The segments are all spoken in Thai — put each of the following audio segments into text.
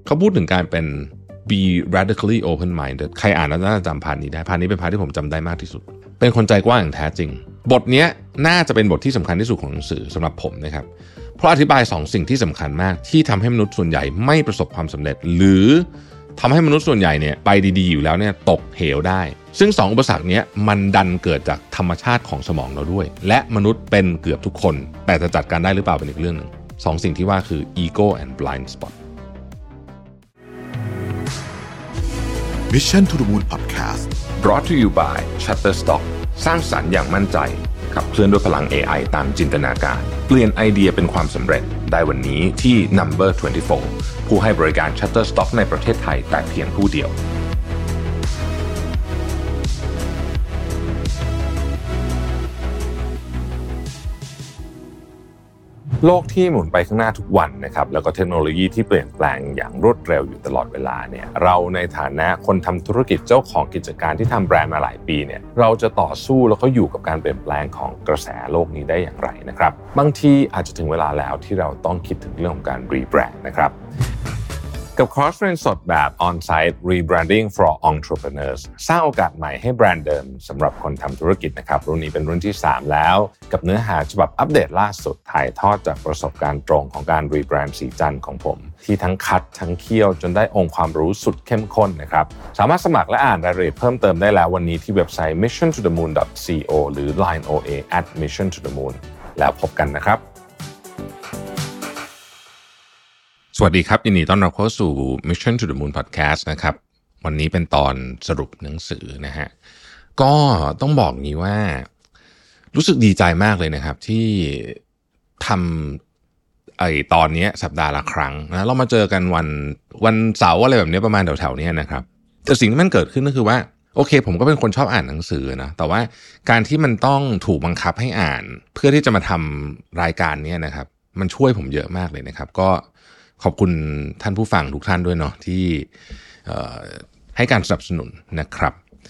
เขาพูดถึงการเป็น be radically open minded ใครอ่านแล้วน่าจะจำพาร์ทนี้ได้พาร์ทนี้เป็นพาร์ทที่ผมจำได้มากที่สุดเป็นคนใจกว้างอย่างแท้จริงบทนี้น่าจะเป็นบทที่สำคัญที่สุดของหนังสือสำหรับผมนะครับเพราะอธิบาย2สิ่งที่สำคัญมากที่ทำให้มนุษย์ส่วนใหญ่ไม่ประสบความสำเร็จหรือทำให้มนุษย์ส่วนใหญ่เนี่ยไปดีๆอยู่แล้วเนี่ยตกเหวได้ซึ่ง2อุปสรรคนี้มันดันเกิดจากธรรมชาติของสมองเราด้วยและมนุษย์เป็นเกือบทุกคนแต่จะจัดการได้หรือเปล่าเป็นอีกเรื่องนึง2สิ่งที่ว่าคือ ego and blind spot Mission to the Moon Podcast brought to you by Shutterstock สร้างสรรค์อย่างมั่นใจขับเคลื่อนด้วยพลัง AI ตามจินตนาการเปลี่ยนไอเดียเป็นความสำเร็จได้วันนี้ที่ Number 24 ผู้ให้บริการ Shutterstock ในประเทศไทยแต่เพียงผู้เดียวโลกที่หมุนไปข้างหน้าทุกวันนะครับแล้วก็เทคโนโลยีที่เปลี่ยนแปลงอย่างรวดเร็วอยู่ตลอดเวลาเนี่ยเราในฐานะคนทำธุรกิจเจ้าของกิจการที่ทำแบรนด์มาหลายปีเนี่ยเราจะต่อสู้แล้วก็อยู่กับการเปลี่ยนแปลงของกระแสโลกนี้ได้อย่างไรนะครับบางทีอาจจะถึงเวลาแล้วที่เราต้องคิดถึงเรื่องของการรีแบรนด์นะครับกับคอร์สเรียนสดแบบ On-site Rebranding for Entrepreneurs สร้างโอกาสใหม่ให้แบรนด์เดิมสำหรับคนทำธุรกิจนะครับรุ่นนี้เป็นรุ่นที่3แล้วกับเนื้อหาฉบับอัปเดตล่าสุดถ่ายทอดจากประสบการณ์ตรงของการรีแบรนด์สีจันทร์ของผมที่ทั้งคัดทั้งเคี่ยวจนได้องค์ความรู้สุดเข้มข้นนะครับสามารถสมัครและอ่านรายละเอียดเพิ่มเติมได้แล้ววันนี้ที่เว็บไซต์ missiontothemoon.co หรือ Line OA @missiontothemoon แล้วพบกันนะครับสวัสดีครับยินดีต้อนรับเข้าสู่ Mission to the Moon Podcast นะครับวันนี้เป็นตอนสรุปหนังสือนะฮะก็ต้องบอกงี้ว่ารู้สึกดีใจมากเลยนะครับที่ทำตอนนี้สัปดาห์ละครั้งนะเรามาเจอกันวันเสาร์อะไรแบบนี้ประมาณแถวๆนี้นะครับแต่สิ่งที่มันเกิดขึ้นก็คือว่าโอเคผมก็เป็นคนชอบอ่านหนังสือนะแต่ว่าการที่มันต้องถูกบังคับให้อ่านเพื่อที่จะมาทำรายการนี้นะครับมันช่วยผมเยอะมากเลยนะครับก็ขอบคุณท่านผู้ฟังทุกท่านด้วยเนาะที่ให้การสนับสนุนนะครับ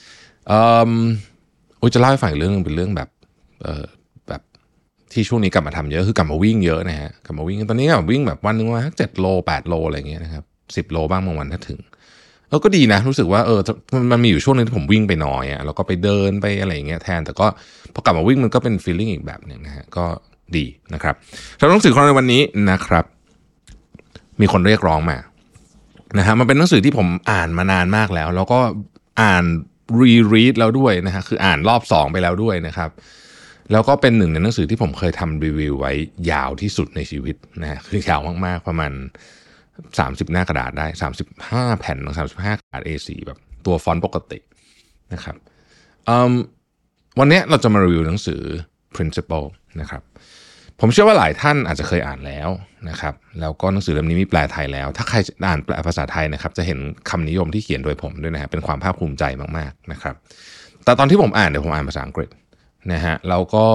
จะเล่าให้ฟังอีกเรื่องนึงเป็นเรื่องแบบที่ช่วงนี้กลับมาทำเยอะคือกลับมาวิ่งเยอะนะฮะกลับมาวิ่งตอนนี้ก็วิ่งแบบวันนึงว่า7 โล 8 โลอะไรอย่างเงี้ยนะครับ10 โลบ้างบางวันถ้าถึงก็ดีนะรู้สึกว่ามันมีอยู่ช่วงนึงที่ผมวิ่งไปน้อยแล้วก็ไปเดินไปอะไรอย่างเงี้ยแทนแต่ก็พอกลับมาวิ่งมันก็เป็น feeling อีกแบบนึงนะฮะก็ดีนะครับสำหรับหนังสือของในวันนี้นะครับมีคนเรียกร้องมานะฮะมันเป็นหนังสือที่ผมอ่านมานานมากแล้วก็อ่านรีดแล้วด้วยนะฮะคืออ่านรอบ2ไปแล้วด้วยนะครับแล้วก็เป็นหนึ่งในหนังสือที่ผมเคยทำรีวิวไว้ยาวที่สุดในชีวิตนะฮะคือยาวมากๆประมาณ30หน้ากระดาษได้35แผ่นของ35กระดาษ A4 แบบตัวฟอนต์ปกตินะครับวันนี้เราจะมารีวิวหนังสือ Principle นะครับผมเชื่อว่าหลายท่านอาจจะเคยอ่านแล้วนะครับแล้วก็หนังสือเล่มนี้มีแปลไทยแล้วถ้าใครอ่านแปลภาษาไทยนะครับจะเห็นคำนิยมที่เขียนโดยผมด้วยนะฮะเป็นความภาคภูมิใจมากๆนะครับแต่ตอนที่ผมอ่านเนี่ยผมอ่านภาษาอังกฤษนะฮะแล้วก็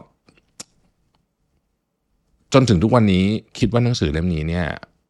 จนถึงทุกวันนี้คิดว่าหนังสือเล่มนี้เนี่ย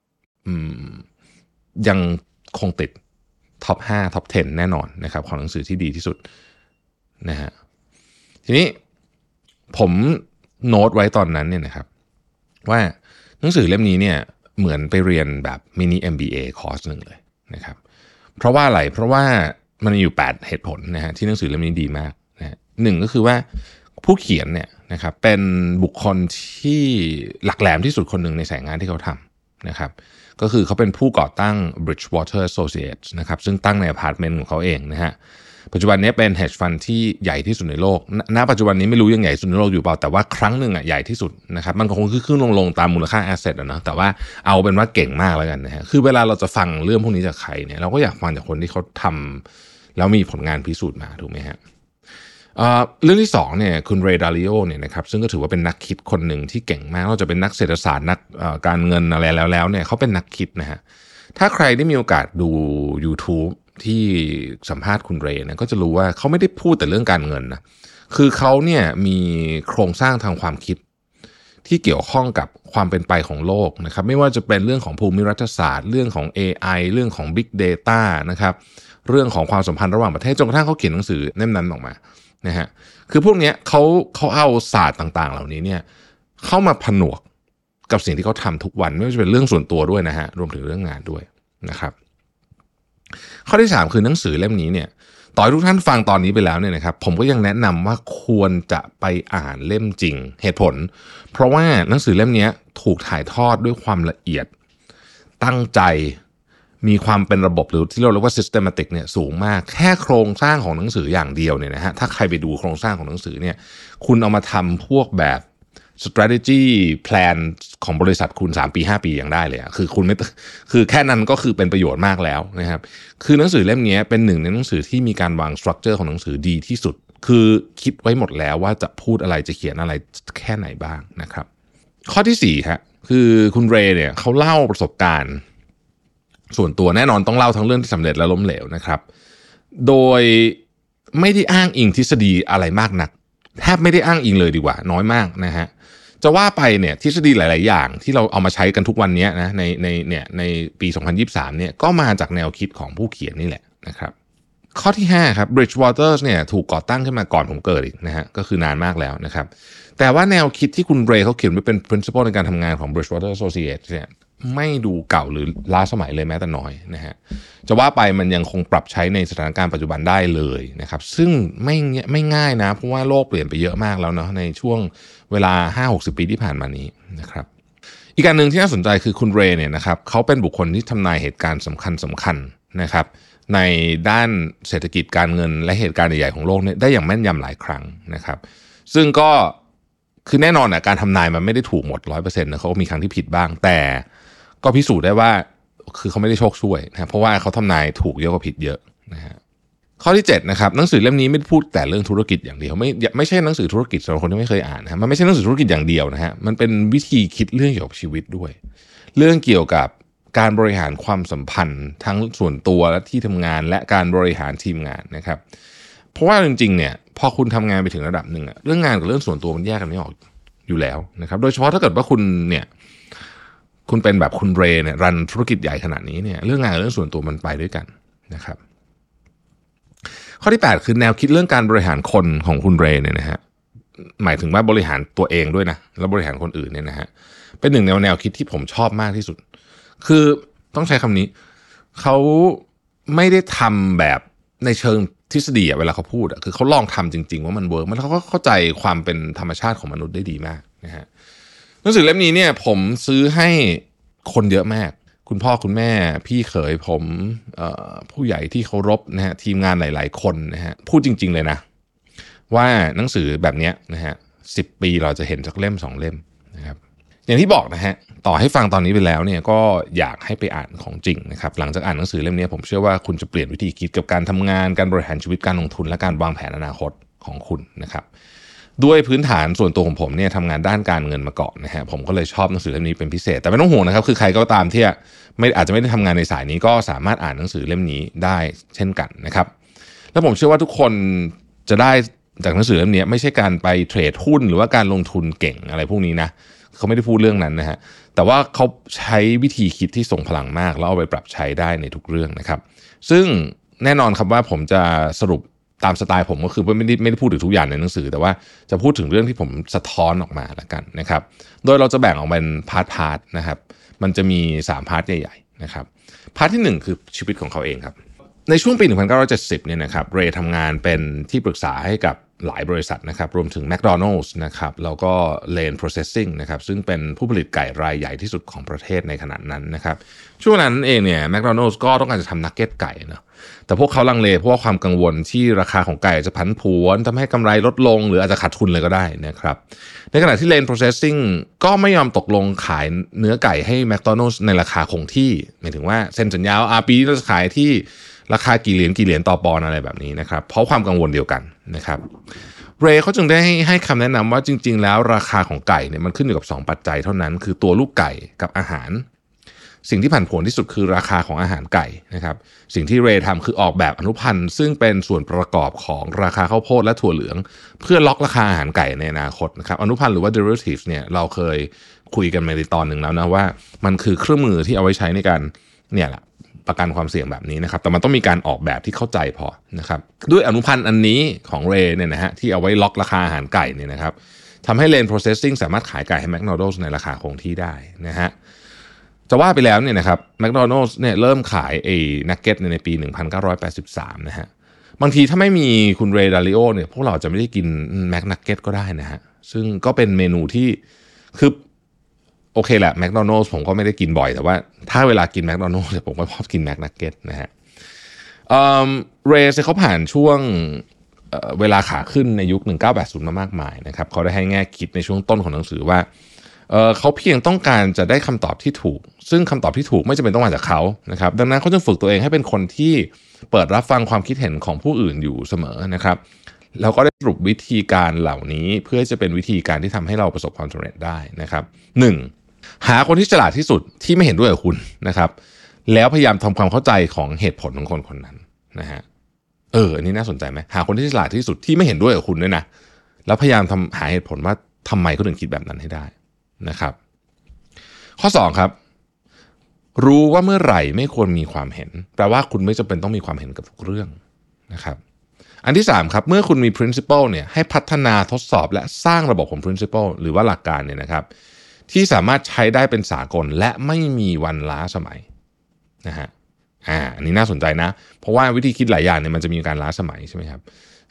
ยังคงติดท็อป5ท็อป10แน่นอนนะครับของหนังสือที่ดีที่สุดนะฮะทีนี้ผมโน้ตไว้ตอนนั้นเนี่ยนะครับว่าหนังสือเล่มนี้เนี่ยเหมือนไปเรียนแบบมินิ MBA คอร์สหนึ่งเลยนะครับเพราะว่าอะไรเพราะว่ามันมีอยู่8เหตุผลนะฮะที่หนังสือเล่มนี้ดีมากนะหนึ่งก็คือว่าผู้เขียนเนี่ยนะครับเป็นบุคคลที่หลักแหลมที่สุดคนหนึ่งในสายงานที่เขาทำนะครับก็คือเขาเป็นผู้ก่อตั้ง Bridgewater Associates นะครับซึ่งตั้งในอพาร์ตเมนต์ของเขาเองนะฮะปัจจุบันนี้เป็น hedge fund ที่ใหญ่ที่สุดในโลกณปัจจุบันนี้ไม่รู้ยังใหญ่สุดในโลกอยู่เปล่าแต่ว่าครั้งหนึ่งใหญ่ที่สุดนะครับมันคงขึ้นลงตามมูลค่า asset นะแต่ว่าเอาเป็นว่าเก่งมากแล้วกันนะฮะคือเวลาเราจะฟังเรื่องพวกนี้จากใครเนี่ยเราก็อยากฟังจากคนที่เขาทำแล้วมีผลงานพิสูจน์มาถูกไหมฮะเรื่องที่2เนี่ยคุณเรย์ดาลิโอเนี่ยนะครับซึ่งก็ถือว่าเป็นนักคิดคนหนึ่งที่เก่งมากนอกจากเป็นนักเศรษฐศาสตร์นักการเงินอะไรแล้วเนี่ยเขาเป็นนักคิดนะฮะถ้าใครได้มีโอกาสดู YouTube ที่สัมภาษณ์คุณเรย์เนี่ยก็จะรู้ว่าเขาไม่ได้พูดแต่เรื่องการเงินนะคือเขาเนี่ยมีโครงสร้างทางความคิดที่เกี่ยวข้องกับความเป็นไปของโลกนะครับไม่ว่าจะเป็นเรื่องของภูมิรัฐศาสตร์เรื่องของ AI เรื่องของ Big Data นะครับเรื่องของความสัมพันธ์ระหว่างประเทศจนกระทั่งเขาเขียนหนังสือเล่มนั้นออกมานะฮะคือพวกนี้เขาเอาศาสตร์ต่างๆเหล่านี้เนี่ยเข้ามาผนวกกับสิ่งที่เขาทำทุกวันไม่ว่าจะเป็นเรื่องส่วนตัวด้วยนะฮะรวมถึงเรื่องงานด้วยนะครับข้อที่3คือหนังสือเล่มนี้เนี่ยต่อให้ทุกท่านฟังตอนนี้ไปแล้วเนี่ยนะครับผมก็ยังแนะนำว่าควรจะไปอ่านเล่มจริงเหตุผลเพราะว่าหนังสือเล่มนี้ถูกถ่ายทอดด้วยความละเอียดตั้งใจมีความเป็นระบบหรือที่เราเรียกว่า systematic เนี่ยสูงมากแค่โครงสร้างของหนังสืออย่างเดียวเนี่ยนะฮะถ้าใครไปดูโครงสร้างของหนังสือเนี่ยคุณเอามาทำพวกแบบ strategy plan ของบริษัทคุณ3 ปี 5 ปียังได้เลยคือคุณไม่คือแค่นั้นก็คือเป็นประโยชน์มากแล้วนะครับคือหนังสือเล่มนี้เป็นหนึ่งในหนังสือที่มีการวาง structure ของหนังสือดีที่สุดคือคิดไว้หมดแล้วว่าจะพูดอะไรจะเขียนอะไรแค่ไหนบ้างนะครับข้อที่4ครับคือคุณเรย์เนี่ยเขาเล่าประสบการณ์ส่วนตัวแน่นอนต้องเล่าทั้งเรื่องที่สำเร็จและล้มเหลวนะครับโดยไม่ได้อ้างอิงทฤษฎีอะไรมากนักแทบไม่ได้อ้างอิงเลยดีกว่าน้อยมากนะฮะจะว่าไปเนี่ยทฤษฎีหลายๆอย่างที่เราเอามาใช้กันทุกวันนี้นะในปี 2023 เนี่ยก็มาจากแนวคิดของผู้เขียนนี่แหละนะครับข้อที่5ครับ Bridgewater เนี่ยถูกก่อตั้งขึ้นมาก่อนผมเกิดอีกนะฮะก็คือนานมากแล้วนะครับแต่ว่าแนวคิดที่คุณเรย์เขาเขียนไว้เป็น principle ในการทำงานของ Bridgewater Associates เนี่ยไม่ดูเก่าหรือล้าสมัยเลยแม้แต่น้อยนะฮะจะว่าไปมันยังคงปรับใช้ในสถานการณ์ปัจจุบันได้เลยนะครับซึ่งไม่ง่ายนะเพราะว่าโลกเปลี่ยนไปเยอะมากแล้วเนาะในช่วงเวลา 5-60 ปีที่ผ่านมานี้นะครับอีกการหนึ่งที่น่าสนใจคือคุณเรย์เนี่ยนะครับเขาเป็นบุคคลที่ทำนายเหตุการณ์สำคัญนะครับในด้านเศรษฐกิจการเงินและเหตุการณ์ใหญ่ๆของโลกเนี่ยได้อย่างแม่นยำหลายครั้งนะครับซึ่งก็คือแน่นอนนะการทำนายมันไม่ได้ถูกหมด 100% นะเขาก็มีครั้งที่ผิดบ้างแต่ก็พิสูจน์ได้ว่าคือเขาไม่ได้โชคช่วยนะเพราะว่าเขาทำนายถูกเยอะกว่าผิดเยอะนะฮะข้อที่7นะครับหนังสือเล่มนี้ไม่ได้พูดแต่เรื่องธุรกิจอย่างเดียวไม่ใช่หนังสือธุรกิจสำหรับคนที่ไม่เคยอ่านนะมันไม่ใช่หนังสือธุรกิจอย่างเดียวนะฮะมันเป็นวิธีคิดเรื่องเกี่ยวกับชีวิตด้วยเรื่องเกี่ยวกับการบริหารความสัมพันธ์ทั้งส่วนตัวและที่ทำงานและการบริหารทีมงานนะครับเพราะว่าจริงๆเนี่ยพอคุณทำงานไปถึงระดับหนึ่งเรื่องงานกับเรื่องส่วนตัวมันแยกกันไม่ออกอยู่แล้วนะครับโดยเฉพาะถ้าเกิดว่าคุณเป็นแบบคุณเรย์เนี่ยรันธุรกิจใหญ่ขนาดนี้เนี่ยเรื่องงานกับเรื่องส่วนตัวมันไปด้วยกันนะครับข้อที่8คือแนวคิดเรื่องการบริหารคนของคุณเรย์เนี่ยนะฮะหมายถึงว่าบริหารตัวเองด้วยนะแล้วบริหารคนอื่นเนี่ยนะฮะเป็นหนึ่งแนวคิดที่ผมชอบมากที่สุดคือต้องใช้คำนี้เขาไม่ได้ทำแบบในเชิงทฤษฎีเวลาเขาพูดคือเขาลองทำจริงๆว่ามันเวิร์กมันเขาก็เข้าใจความเป็นธรรมชาติของมนุษย์ได้ดีมากนะฮะหนังสือเล่มนี้เนี่ยผมซื้อให้คนเยอะมากคุณพ่อคุณแม่พี่เขยผมผู้ใหญ่ที่เคารพนะฮะทีมงานหลายๆคนนะฮะพูดจริงๆเลยนะว่าหนังสือแบบนี้นะฮะ10 ปีเราจะเห็นสักเล่ม2 เล่มนะครับอย่างที่บอกนะฮะต่อให้ฟังตอนนี้ไปแล้วเนี่ยก็อยากให้ไปอ่านของจริงนะครับหลังจากอ่านหนังสือเล่มนี้ผมเชื่อว่าคุณจะเปลี่ยนวิธีคิดกับการทำงานการบริหารชีวิตการลงทุนและการวางแผนอนาคตของคุณนะครับด้วยพื้นฐานส่วนตัวของผมเนี่ยทำงานด้านการเงินมาก่อนนะฮะผมก็เลยชอบหนังสือเล่มนี้เป็นพิเศษแต่ไม่ต้องห่วงนะครับคือใครก็ตามที่อาจจะไม่ได้ทำงานในสายนี้ก็สามารถอ่านหนังสือเล่มนี้ได้เช่นกันนะครับแล้วผมเชื่อว่าทุกคนจะได้จากหนังสือเล่มนี้ไม่ใช่การไปเทรดหุ้นหรือว่าการลงทุนเก่งอะไรพวกนี้นะเขาไม่ได้พูดเรื่องนั้นนะฮะแต่ว่าเขาใช้วิธีคิดที่ทรงพลังมากแล้วเอาไปปรับใช้ได้ในทุกเรื่องนะครับซึ่งแน่นอนครับว่าผมจะสรุปตามสไตล์ผมก็คือไม่ได้พูดถึงทุกอย่างในหนังสือแต่ว่าจะพูดถึงเรื่องที่ผมสะท้อนออกมาละกันนะครับโดยเราจะแบ่งออกเป็นพาร์ทนะครับมันจะมี3พาร์ทใหญ่ๆนะครับพาร์ทที่1คือชีวิตของเขาเองครับในช่วงปี 1970 เนี่ยนะครับเรย์ทำงานเป็นที่ปรึกษาให้กับหลายบริษัทนะครับรวมถึง McDonald's นะครับแล้วก็ Lane Processing นะครับซึ่งเป็นผู้ผลิตไก่รายใหญ่ที่สุดของประเทศในขณะนั้นนะครับช่วงนั้นเองเนี่ย McDonald's ก็ต้องการจะทำนักเก็ตไก่เนาะแต่พวกเขาลังเลเพราะว่าความกังวลที่ราคาของไก่จะผันผวนทำให้กำไรลดลงหรืออาจจะขาดทุนเลยก็ได้นะครับในขณะที่ Lane Processing ก็ไม่ยอมตกลงขายเนื้อไก่ให้ McDonald's ในราคาคงที่หมายถึงว่าเซ็นสัญญาว่าปีนี้เราจะขายที่ราคากี่เหรียญต่อปอนด์อะไรแบบนี้นะครับเพราะความกังวลเดียวกันนะครับเรย์เขาจึงได้ให้คำแนะนำว่าจริงๆแล้วราคาของไก่เนี่ยมันขึ้นอยู่กับ2ปัจจัยเท่านั้นคือตัวลูกไก่กับอาหารสิ่งที่ผันผวนที่สุดคือราคาของอาหารไก่นะครับสิ่งที่เรย์ทำคือออกแบบอนุพันธ์ซึ่งเป็นส่วนประกอบของราคาข้าวโพดและถั่วเหลืองเพื่อล็อกราคาอาหารไก่ในอนาคตนะครับอนุพันธ์หรือว่า derivatives เนี่ยเราเคยคุยกันในตอนหนึ่งแล้วนะว่ามันคือเครื่องมือที่เอาไว้ใช้ในการเนี่ยแหละประกันความเสี่ยงแบบนี้นะครับแต่มันต้องมีการออกแบบที่เข้าใจพอนะครับด้วยอนุพันธ์อันนี้ของเรย์เนี่ยนะฮะที่เอาไว้ล็อกราคาอาหารไก่เนี่ยนะครับทำให้ Lane Processing สามารถขายไก่ให้ McDonald's ในราคาคงที่ได้นะฮะจะว่าไปแล้วเนี่ยนะครับแมคโดนัลด์เนี่ยเริ่มขายไอ้นักเก็ตในปี1983นะฮะบางทีถ้าไม่มีคุณเรย์ดาริโอเนี่ยพวกเราจะไม่ได้กินแมคนักเก็ตก็ได้นะฮะซึ่งก็เป็นเมนูที่คือโอเคแหละแมคโดนัลด์ผมก็ไม่ได้กินบ่อยแต่ว่าถ้าเวลากินแมคโดนัลด์ผมก็ชอบกินแมคนักเก็ตนะฮะเรย์เขาผ่านช่วงเวลาขาขึ้นในยุค1980มามากมายนะครับเขาได้ให้แง่คิดในช่วงต้นของหนังสือว่าเขาเพียงต้องการจะได้คำตอบที่ถูกซึ่งคำตอบที่ถูกไม่จำเป็นต้องมาจากเขานะครับดังนั้นเขาจึงฝึกตัวเองให้เป็นคนที่เปิดรับฟังความคิดเห็นของผู้อื่นอยู่เสมอนะครับแล้วก็ได้สรุปวิธีการเหล่านี้เพื่อจะเป็นวิธีการที่ทำให้เราประสบความสำเร็จได้นะครับ 1. หาคนที่ฉลาดที่สุดที่ไม่เห็นด้วยกับคุณนะครับแล้วพยายามทำความเข้าใจของเหตุผลของคนคนนั้นนะฮะอันนี้น่าสนใจไหมหาคนที่ฉลาดที่สุดที่ไม่เห็นด้วยกับคุณด้วยนะแล้วพยายามหาเหตุผลว่าทำไมเขาถึงคิดแบบนั้นให้ได้นะครับข้อ2ครับรู้ว่าเมื่อไหร่ไม่ควรมีความเห็นแปลว่าคุณไม่จำเป็นต้องมีความเห็นกับทุกเรื่องนะครับอันที่3ครับเมื่อคุณมี principle เนี่ยให้พัฒนาทดสอบและสร้างระบบของ principle หรือว่าหลักการเนี่ยนะครับที่สามารถใช้ได้เป็นสากลและไม่มีวันล้าสมัยนะฮะอันนี้น่าสนใจนะเพราะว่าวิธีคิดหลายอย่างเนี่ยมันจะมีการล้าสมัยใช่ไหมครับ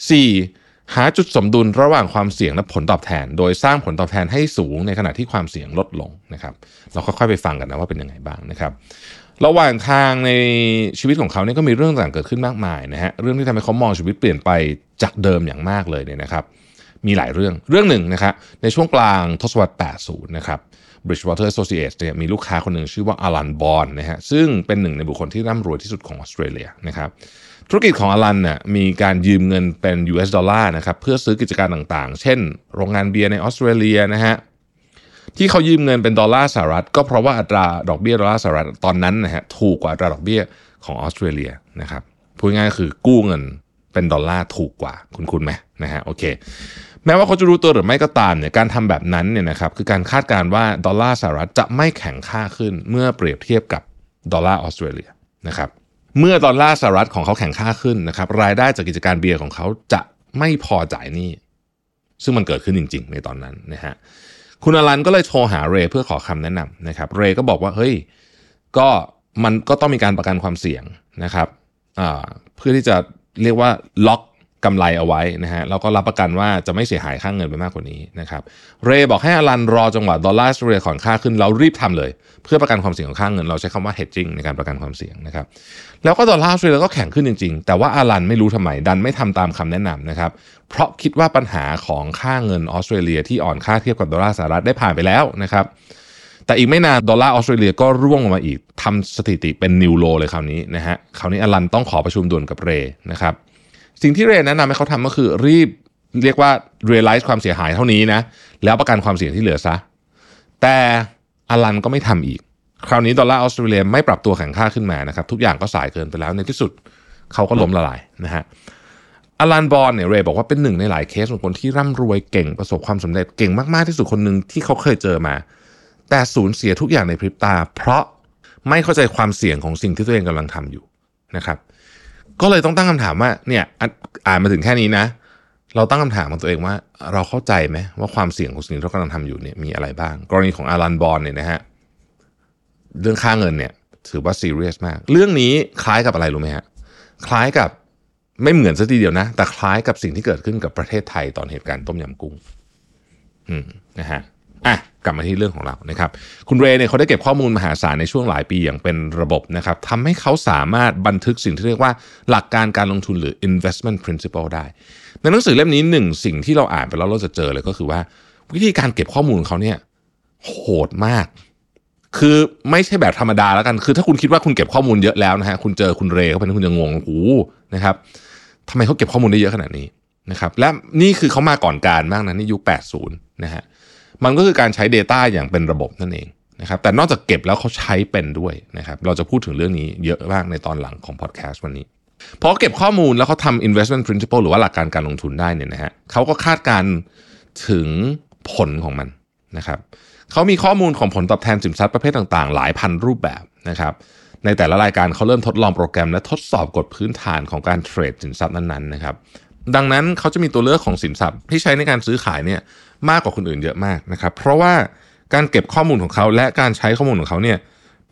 4. หาจุดสมดุลระหว่างความเสี่ยงและผลตอบแทนโดยสร้างผลตอบแทนให้สูงในขณะที่ความเสี่ยงลดลงนะครับเราค่อยๆไปฟังกันนะว่าเป็นยังไงบ้างนะครับระหว่างทางในชีวิตของเขาเนี่ยก็มีเรื่องต่างเกิดขึ้นมากมายนะฮะเรื่องที่ทำให้เขามองชีวิตเปลี่ยนไปจากเดิมอย่างมากเลยเนี่ยนะครับมีหลายเรื่องหนึ่งนะครับในช่วงกลางทศวรรษ 80 นะครับ Bridgewater Associates เนี่ยมีลูกค้าคนหนึ่งชื่อว่าอลันบอนนะฮะซึ่งเป็นหนึ่งในบุคคลที่ร่ำรวยที่สุดของออสเตรเลียนะครับธุรกิจของอลันเนี่ยมีการยืมเงินเป็น US ดอลลาร์นะครับเพื่อซื้อกิจการต่างๆเช่นโรงงานเบียร์ในออสเตรเลียนะฮะที่เขายืมเงินเป็นดอลลาร์สหรัฐก็เพราะว่าอัตราดอกเบี้ยดอลลาร์สหรัฐตอนนั้นนะฮะถูกกว่าอัตราดอกเบี้ยของออสเตรเลียนะครับพูดง่ายๆคือกู้เงินเป็นดอลลาร์ถูกกว่าคุณไหมนะฮะโอเคแม้ว่าเขาจะรู้ตัวหรือไม่ก็ตามเนี่ยการทำแบบนั้นเนี่ยนะครับคือการคาดการณ์ว่าดอลลาร์สหรัฐจะไม่แข็งค่าขึ้นเมื่อเปรียบเทียบกับดอลลาร์ออสเตรเลียนะครับเมื่อดอลลาร์สหรัฐของเขาแข็งค่าขึ้นนะครับรายได้จากกิจการเบียร์ของเขาจะไม่พอจ่ายหนี้ซึ่งมันเกิดขึ้นจริงๆในตอนนั้นนะฮะคุณอลันก็เลยโทรหาเรย์เพื่อขอคำแนะนำนะครับเรย์ก็บอกว่าเฮ้ยก็มันก็ต้องมีการประกันความเสี่ยงนะครับเพื่อที่จะเรียกว่าล็อกกำไรเอาไว้นะฮะแล้วก็รับประกันว่าจะไม่เสียหายค่าเงินไปมากกว่านี้นะครับเรย์บอกให้อลันรอจังหวะดอลลาร์ออสเตรเลียอ่อนค่าขึ้นเรารีบทำเลยเพื่อประกันความเสี่ยงของค่าเงินเราใช้คำว่า hedging ในการประกันความเสี่ยงนะครับแล้วก็ดอลลาร์ออสเตรเลียก็แข็งขึ้นจริงๆแต่ว่าอลันไม่รู้ทำไมดันไม่ทำตามคำแนะนำนะครับเพราะคิดว่าปัญหาของค่าเงินออสเตรเลียที่อ่อนค่าเทียบกับดอลลาร์สหรัฐได้ผ่านไปแล้วนะครับแต่อีกไม่นานดอลลาร์ออสเตรเลียก็ร่วงลงมาอีกทำสถิติเป็นนิวโลเลยคราวนี้นะฮะคราวนี้อลันต้องขอประชุมด่วนกับเรย์นะครับสิ่งที่เรย์แนะนำให้เขาทำก็คือรีบเรียกว่า realize ความเสียหายเท่านี้นะแล้วประกันความเสี่ยงที่เหลือซะแต่อลันก็ไม่ทำอีกคราวนี้ดอลลาร์ออสเตรเลียไม่ปรับตัวแข็งค่าขึ้นมานะครับทุกอย่างก็สายเกินไปแล้วในที่สุดเขาก็ล้มละลายนะฮะอลันบอนเนี่ยเรย์บอกว่าเป็นหนึ่งในหลายเคสของคนที่ร่ำรวยเก่งประสบความสำเร็จเก่งมากๆที่สุดคนหนึ่งที่เขาเคยเจอมาแต่สูญเสียทุกอย่างในพริบตาเพราะไม่เข้าใจความเสี่ยงของสิ่งที่ตัวเองกำลังทำอยู่นะครับก็เลยต้องตั้งคำถามว่าเนี่ยอ่านมาถึงแค่นี้นะเราตั้งคำถามกับตัวเองว่าเราเข้าใจไหมว่าความเสี่ยงของสิ่งที่เรากำลังทำอยู่เนี่ยมีอะไรบ้างกรณีของอลันบอนเนี่ยนะฮะเรื่องค่าเงินเนี่ยถือว่าซีเรียสมากเรื่องนี้คล้ายกับอะไรรู้ไหมฮะคล้ายกับไม่เหมือนซะทีเดียวนะแต่คล้ายกับสิ่งที่เกิดขึ้นกับประเทศไทยตอนเหตุการณ์ต้มยำกุ้งนะฮะกลับมาที่เรื่องของเรานะครับคุณเรย์เนี่ยเขาได้เก็บข้อมูลมหาศาลในช่วงหลายปีอย่างเป็นระบบนะครับทำให้เขาสามารถบันทึกสิ่งที่เรียกว่าหลักการการลงทุนหรือ investment principle ได้ในหนังสือเล่มนี้หนึ่งสิ่งที่เราอ่านไปแล้วเราจะเจอเลยก็คือว่าวิธีการเก็บข้อมูลของเขาเนี่ยโหดมากคือไม่ใช่แบบธรรมดาแล้วกันคือถ้าคุณคิดว่าคุณเก็บข้อมูลเยอะแล้วนะฮะคุณเจอคุณเรย์เขาเป็นคุณจะงงโอ้โหนะครับทำไมเขาเก็บข้อมูลได้เยอะขนาดนี้นะครับและนี่คือเขามาก่อนการมากนะนี่ยุค 80 นะฮะมันก็คือการใช้ Data อย่างเป็นระบบนั่นเองนะครับแต่นอกจากเก็บแล้วเขาใช้เป็นด้วยนะครับเราจะพูดถึงเรื่องนี้เยอะมากในตอนหลังของพอดแคสต์วันนี้พอเก็บข้อมูลแล้วเขาทำ investment principle หรือว่าหลักการการลงทุนได้เนี่ยนะฮะเขาก็คาดการถึงผลของมันนะครับเขามีข้อมูลของผลตอบแทนสินทรัพย์ประเภทต่างๆหลายพันรูปแบบนะครับในแต่ละรายการเขาเริ่มทดลองโปรแกรมและทดสอบกฎพื้นฐานของการเทรดสินทรัพย์นั้นๆนะครับดังนั้นเขาจะมีตัวเลือกของสินทรัพย์ที่ใช้ในการซื้อขายเนี่ยมากกว่าคนอื่นเยอะมากนะครับเพราะว่าการเก็บข้อมูลของเขาและการใช้ข้อมูลของเขาเนี่ยเ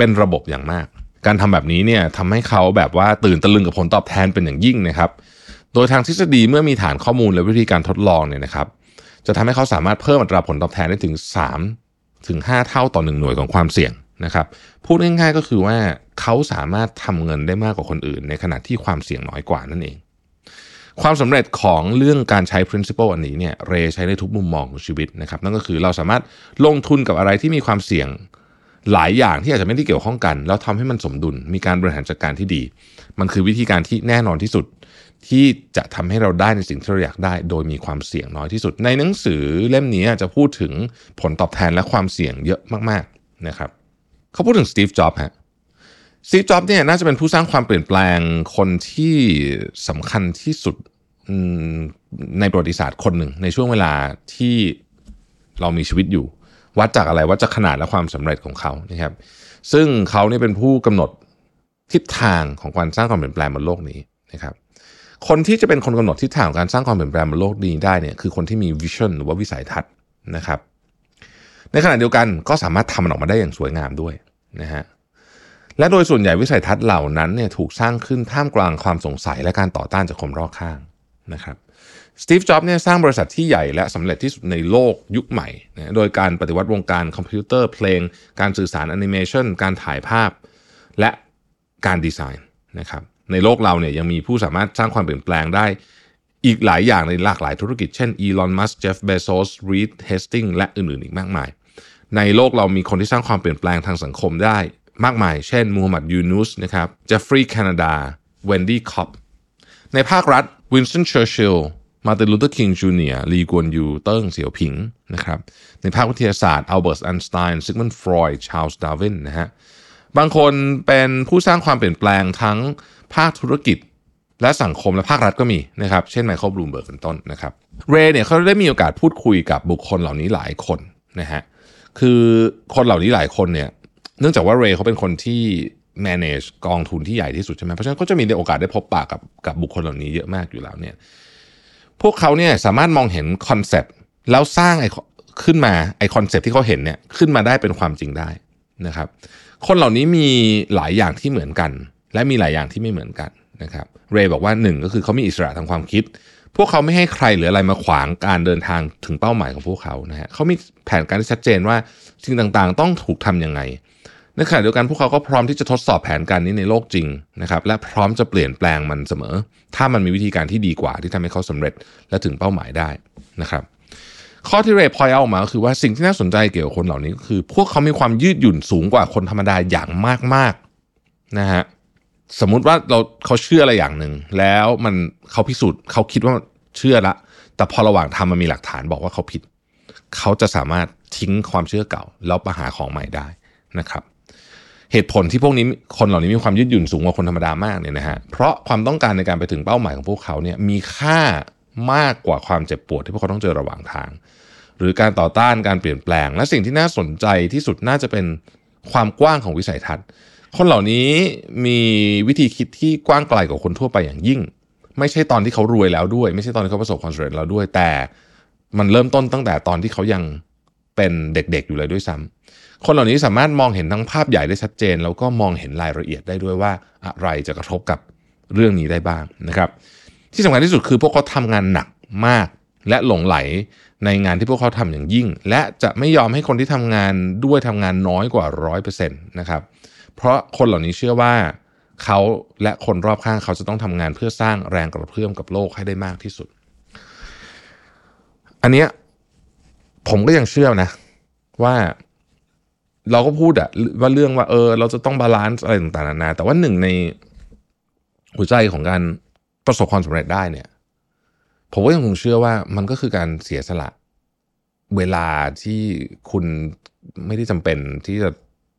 เป็นระบบอย่างมากการทำแบบนี้เนี่ยทำให้เขาแบบว่าตื่นตะลึงกับผลตอบแทนเป็นอย่างยิ่งนะครับโดยทางทฤษฎีเมื่อมีฐานข้อมูลและวิธีการทดลองเนี่ยนะครับจะทำให้เขาสามารถเพิ่มอัตราผลตอบแทนได้ถึง3 ถึง 5 เท่าต่อ1หน่วยของความเสี่ยงนะครับพูดง่ายๆก็คือว่าเขาสามารถทำเงินได้มากกว่าคนอื่นในขณะที่ความเสี่ยงน้อยกว่านั่นเองความสำเร็จของเรื่องการใช้ principle อันนี้เนี่ยเรย์ใช้ในทุกมุมมองของชีวิตนะครับนั่นก็คือเราสามารถลงทุนกับอะไรที่มีความเสี่ยงหลายอย่างที่อาจจะไม่ได้เกี่ยวข้องกันแล้วทำให้มันสมดุลมีการบริหารจัดการที่ดีมันคือวิธีการที่แน่นอนที่สุดที่จะทำให้เราได้ในสิ่งที่เราอยากได้โดยมีความเสี่ยงน้อยที่สุดในหนังสือเล่มนี้จะพูดถึงผลตอบแทนและความเสี่ยงเยอะมากๆนะครับเขาพูดถึงสตีฟ จ็อบส์ฮะสตีฟ จ็อบส์เนี่ยน่าจะเป็นผู้สร้างความเปลี่ยนแปลงคนที่สำคัญที่สุดในประวัติศาสตร์คนหนึ่งในช่วงเวลาที่เรามีชีวิตอยู่วัดจากอะไรวัดจากขนาดและความสำเร็จของเขานะครับซึ่งเขาเนี่ยเป็นผู้กำหนดทิศทางของการสร้างความเปลี่ยนแปลงบนโลกนี้นะครับคนที่จะเป็นคนกำหนดทิศทางของการสร้างความเปลี่ยนแปลงบนโลกนี้ได้เนี่ยคือคนที่มีวิชั่นหรือว่าวิสัยทัศน์นะครับในขณะเดียวกันก็สามารถทำมันออกมาได้อย่างสวยงามด้วยนะฮะและโดยส่วนใหญ่วิสัยทัศน์เหล่านั้นเนี่ยถูกสร้างขึ้นท่ามกลางความสงสัยและการต่อต้านจากคนรอบข้างนะครับสตีฟ จ็อบส์เนี่ยสร้างบริษัทที่ใหญ่และสำเร็จที่สุดในโลกยุคใหม่นะโดยการปฏิวัติวงการคอมพิวเตอร์เพลงการสื่อสารแอนิเมชันการถ่ายภาพและการดีไซน์นะครับในโลกเราเนี่ยยังมีผู้สามารถสร้างความเปลี่ยนแปลงได้อีกหลายอย่างในหลากหลายธุรกิจเช่นอีลอน มัสก์ เจฟ เบโซส รีด เฮสติงส์และอื่นๆอีกมากมายในโลกเรามีคนที่สร้างความเปลี่ยนแปลงทางสังคมได้มากมายเช่นมูฮัมหมัด ยูนูสนะครับเจฟฟรีย์ แคนาดาเวนดี้ คอปในภาครัฐวินสตัน เชอร์ชิลล์มาร์ติน ลูเทอร์ คิง จูเนียร์ ลี กวนยู เติ้ง เสี่ยวผิงนะครับในภาควิทยาศาสตร์อัลเบิร์ต ไอน์สไตน์ ซิกมันด์ ฟรอยด์ ชาร์ลส์ ดาร์วินนะฮะบางคนเป็นผู้สร้างความเปลี่ยนแปลงทั้งภาคธุรกิจและสังคมและภาครัฐก็มีนะครับเช่นไมเคิล บลูมเบิร์กเป็นต้นนะครับเรย์เนี่ยเขาได้มีโอกาสพูดคุยกับบุคคลเหล่านี้หลายคนนะฮะคือคนเหล่านี้หลายคนเนี่ยเนื่องจากว่าเรย์เขาเป็นคนที่ manage กองทุนที่ใหญ่ที่สุดใช่ไหมเพราะฉะนั้นก็จะมีโอกาสได้พบปะกับบุคคลเหล่านี้เยอะมากอยู่แล้วเนี่ยพวกเขาเนี่ยสามารถมองเห็นคอนเซปต์แล้วสร้างขึ้นมาคอนเซปต์ที่เขาเห็นเนี่ยขึ้นมาได้เป็นความจริงได้นะครับคนเหล่านี้มีหลายอย่างที่เหมือนกันและมีหลายอย่างที่ไม่เหมือนกันนะครับเรย์บอกว่า1ก็คือเขามีอิสระทางความคิดพวกเขาไม่ให้ใครหรืออะไรมาขวางการเดินทางถึงเป้าหมายของพวกเขานะฮะเขามีแผนการที่ชัดเจนว่าสิ่งต่างๆต้องถูกทำยังไงในขณะเดียวกันพวกเขาก็พร้อมที่จะทดสอบแผนการนี้ในโลกจริงนะครับและพร้อมจะเปลี่ยนแปลงมันเสมอถ้ามันมีวิธีการที่ดีกว่าที่ทำให้เขาสำเร็จและถึงเป้าหมายได้นะครับข้อที่เรย์พอยต์เอาออกมาก็คือว่าสิ่งที่น่าสนใจเกี่ยวกับคนเหล่านี้ก็คือพวกเขามีความยืดหยุ่นสูงกว่าคนธรรมดาอย่างมากๆนะฮะสมมุติว่าเขาเชื่ออะไรอย่างหนึ่งแล้วเขาพิสูจน์เขาคิดว่าเชื่อละแต่พอระหว่างทำมันมีหลักฐานบอกว่าเขาผิดเขาจะสามารถทิ้งความเชื่อเก่าแล้วไปหาของใหม่ได้นะครับเหตุผลที่พวกนี้คนเหล่านี้มีความยืดหยุ่นสูงกว่าคนธรรมดามากเนี่ยนะฮะเพราะความต้องการในการไปถึงเป้าหมายของพวกเขาเนี่ยมีค่ามากกว่าความเจ็บปวดที่พวกเขาต้องเจอระหว่างทางหรือการต่อต้านการเปลี่ยนแปลงและสิ่งที่น่าสนใจที่สุดน่าจะเป็นความกว้างของวิสัยทัศน์คนเหล่านี้มีวิธีคิดที่กว้างไกลกว่าคนทั่วไปอย่างยิ่งไม่ใช่ตอนที่เขารวยแล้วด้วยไม่ใช่ตอนที่เขาประสบความสำเร็จแล้วด้วยแต่มันเริ่มต้นตั้งแต่ตอนที่เขายังเป็นเด็กๆอยู่เลยด้วยซ้ำคนเหล่านี้สามารถมองเห็นทั้งภาพใหญ่ได้ชัดเจนแล้วก็มองเห็นรายละเอียดได้ด้วยว่าอะไรจะกระทบกับเรื่องนี้ได้บ้างนะครับที่สำคัญที่สุดคือพวกเขาทำงานหนักมากและหลงไหลในงานที่พวกเขาทำอย่างยิ่งและจะไม่ยอมให้คนที่ทำงานด้วยทำงานน้อยกว่า 100% นะครับเพราะคนเหล่านี้เชื่อว่าเขาและคนรอบข้างเขาจะต้องทำงานเพื่อสร้างแรงกระเพื่อมกับโลกให้ได้มากที่สุดอันเนี้ยผมก็ยังเชื่อนะว่าเราก็พูดว่าเรื่องว่าเราจะต้องบาลานซ์อะไรต่างๆนานาแต่ว่าหนึ่งในหัวใจของการประสบความสำเร็จได้เนี่ยผมก็ยังคงเชื่อว่ามันก็คือการเสียสละเวลาที่คุณไม่ได้จำเป็นที่จะ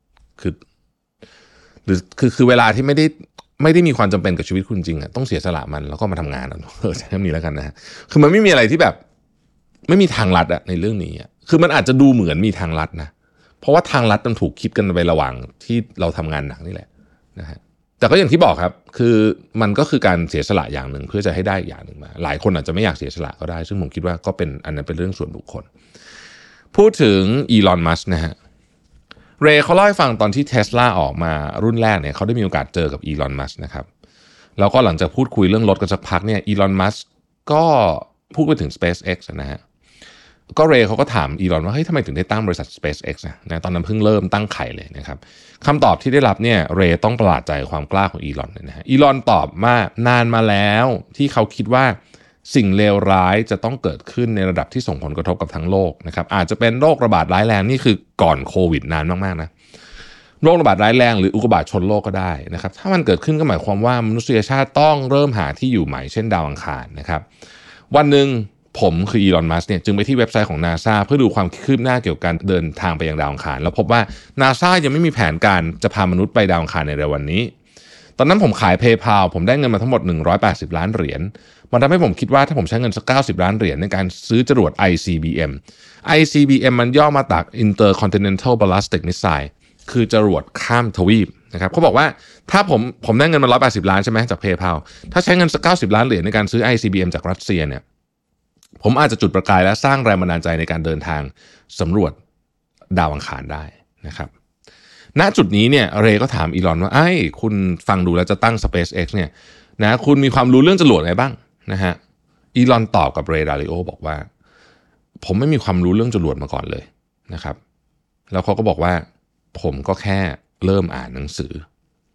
คือเวลาที่ไม่ได้มีความจำเป็นกับชีวิตคุณจริงอ่ะต้องเสียสละมันแล้วก็มาทำงานใช้คำนี้แล้วกันนะคือมันไม่มีอะไรที่แบบไม่มีทางลัดในเรื่องนี้คือมันอาจจะดูเหมือนมีทางลัดนะเพราะว่าทางลัดมันถูกคิดกันไประหว่างที่เราทำงานหนักนี่แหละนะฮะแต่ก็อย่างที่บอกครับคือมันก็คือการเสียสละอย่างหนึ่งเพื่อจะให้ได้อย่างหนึ่งมาหลายคนอาจจะไม่อยากเสียสละก็ได้ซึ่งผมคิดว่าก็เป็นอันนั้นเป็นเรื่องส่วนบุคคลพูดถึงอีลอน มัสก์นะฮะเรย์เขาเล่าให้ฟังตอนที่ Tesla ออกมารุ่นแรกเนี่ยเขาได้มีโอกาสเจอกับอีลอนมัสก์นะครับแล้วก็หลังจากพูดคุยเรื่องรถกันสักพักเนี่ยอีลอนมัสก์ก็พูดไปถึง SpaceX นะฮะก็เรย์เขาก็ถามอีลอนว่าเฮ้ยทำไมถึงได้ตั้งบริษัท SpaceX นะตอนนั้นเพิ่งเริ่มตั้งไข่เลยนะครับคำตอบที่ได้รับเนี่ยเรย์ต้องประหลาดใจความกล้าของอีลอนนะฮะอีลอนตอบว่านานมาแล้วที่เขาคิดว่าสิ่งเลวร้ายจะต้องเกิดขึ้นในระดับที่ส่งผลกระทบกับทั้งโลกนะครับอาจจะเป็นโรคระบาดร้ายแรงนี่คือก่อนโควิดนานมากๆนะโรคระบาดร้ายแรงหรืออุกกาบาตชนโลกก็ได้นะครับถ้ามันเกิดขึ้นก็หมายความว่ามนุษยชาติต้องเริ่มหาที่อยู่ใหม่เช่นดาวอังคารนะครับวันหนึ่งผมคืออีลอนมัสก์เนี่ยจึงไปที่เว็บไซต์ของ NASA เพื่อดูความคืบหน้าเกี่ยวกับการเดินทางไปยังดาวอังคารแล้วพบว่า NASA ยังไม่มีแผนการจะพามนุษย์ไปดาวอังคารในเร็ววันนี้ตอนนั้นผมขาย PayPal ผมได้เงินมาทั้งหมด180ล้านเหรียญมันทำให้ผมคิดว่าถ้าผมใช้เงินสัก90ล้านเหรียญในการซื้อจรวด ICBM มันย่อมาจาก Intercontinental Ballistic Missile คือจรวดข้ามทวีปนะครับเขาบอกว่าถ้าผมได้เงินมา180ล้านใช่ไหมจาก PayPal ถ้าใช้เงินสัก90ล้านเหรียญในการซื้อ ICBM จากรัสเซียเนี่ยผมอาจจะจุดประกายและสร้างแรงบันดาลใจในการเดินทางสำรวจดาวอังคารได้นะครับณจุดนี้เนี่ยเรย์ก็ถามอีลอนว่าคุณฟังดูแล้วจะตั้ง SpaceX เนี่ยนะคุณมีความรู้เรื่องจรวดไงบ้างนะฮะอีลอนตอบกับเรย์ดาริโอบอกว่าผมไม่มีความรู้เรื่องจรวดมาก่อนเลยนะครับแล้วเขาก็บอกว่าผมก็แค่เริ่มอ่านหนังสือ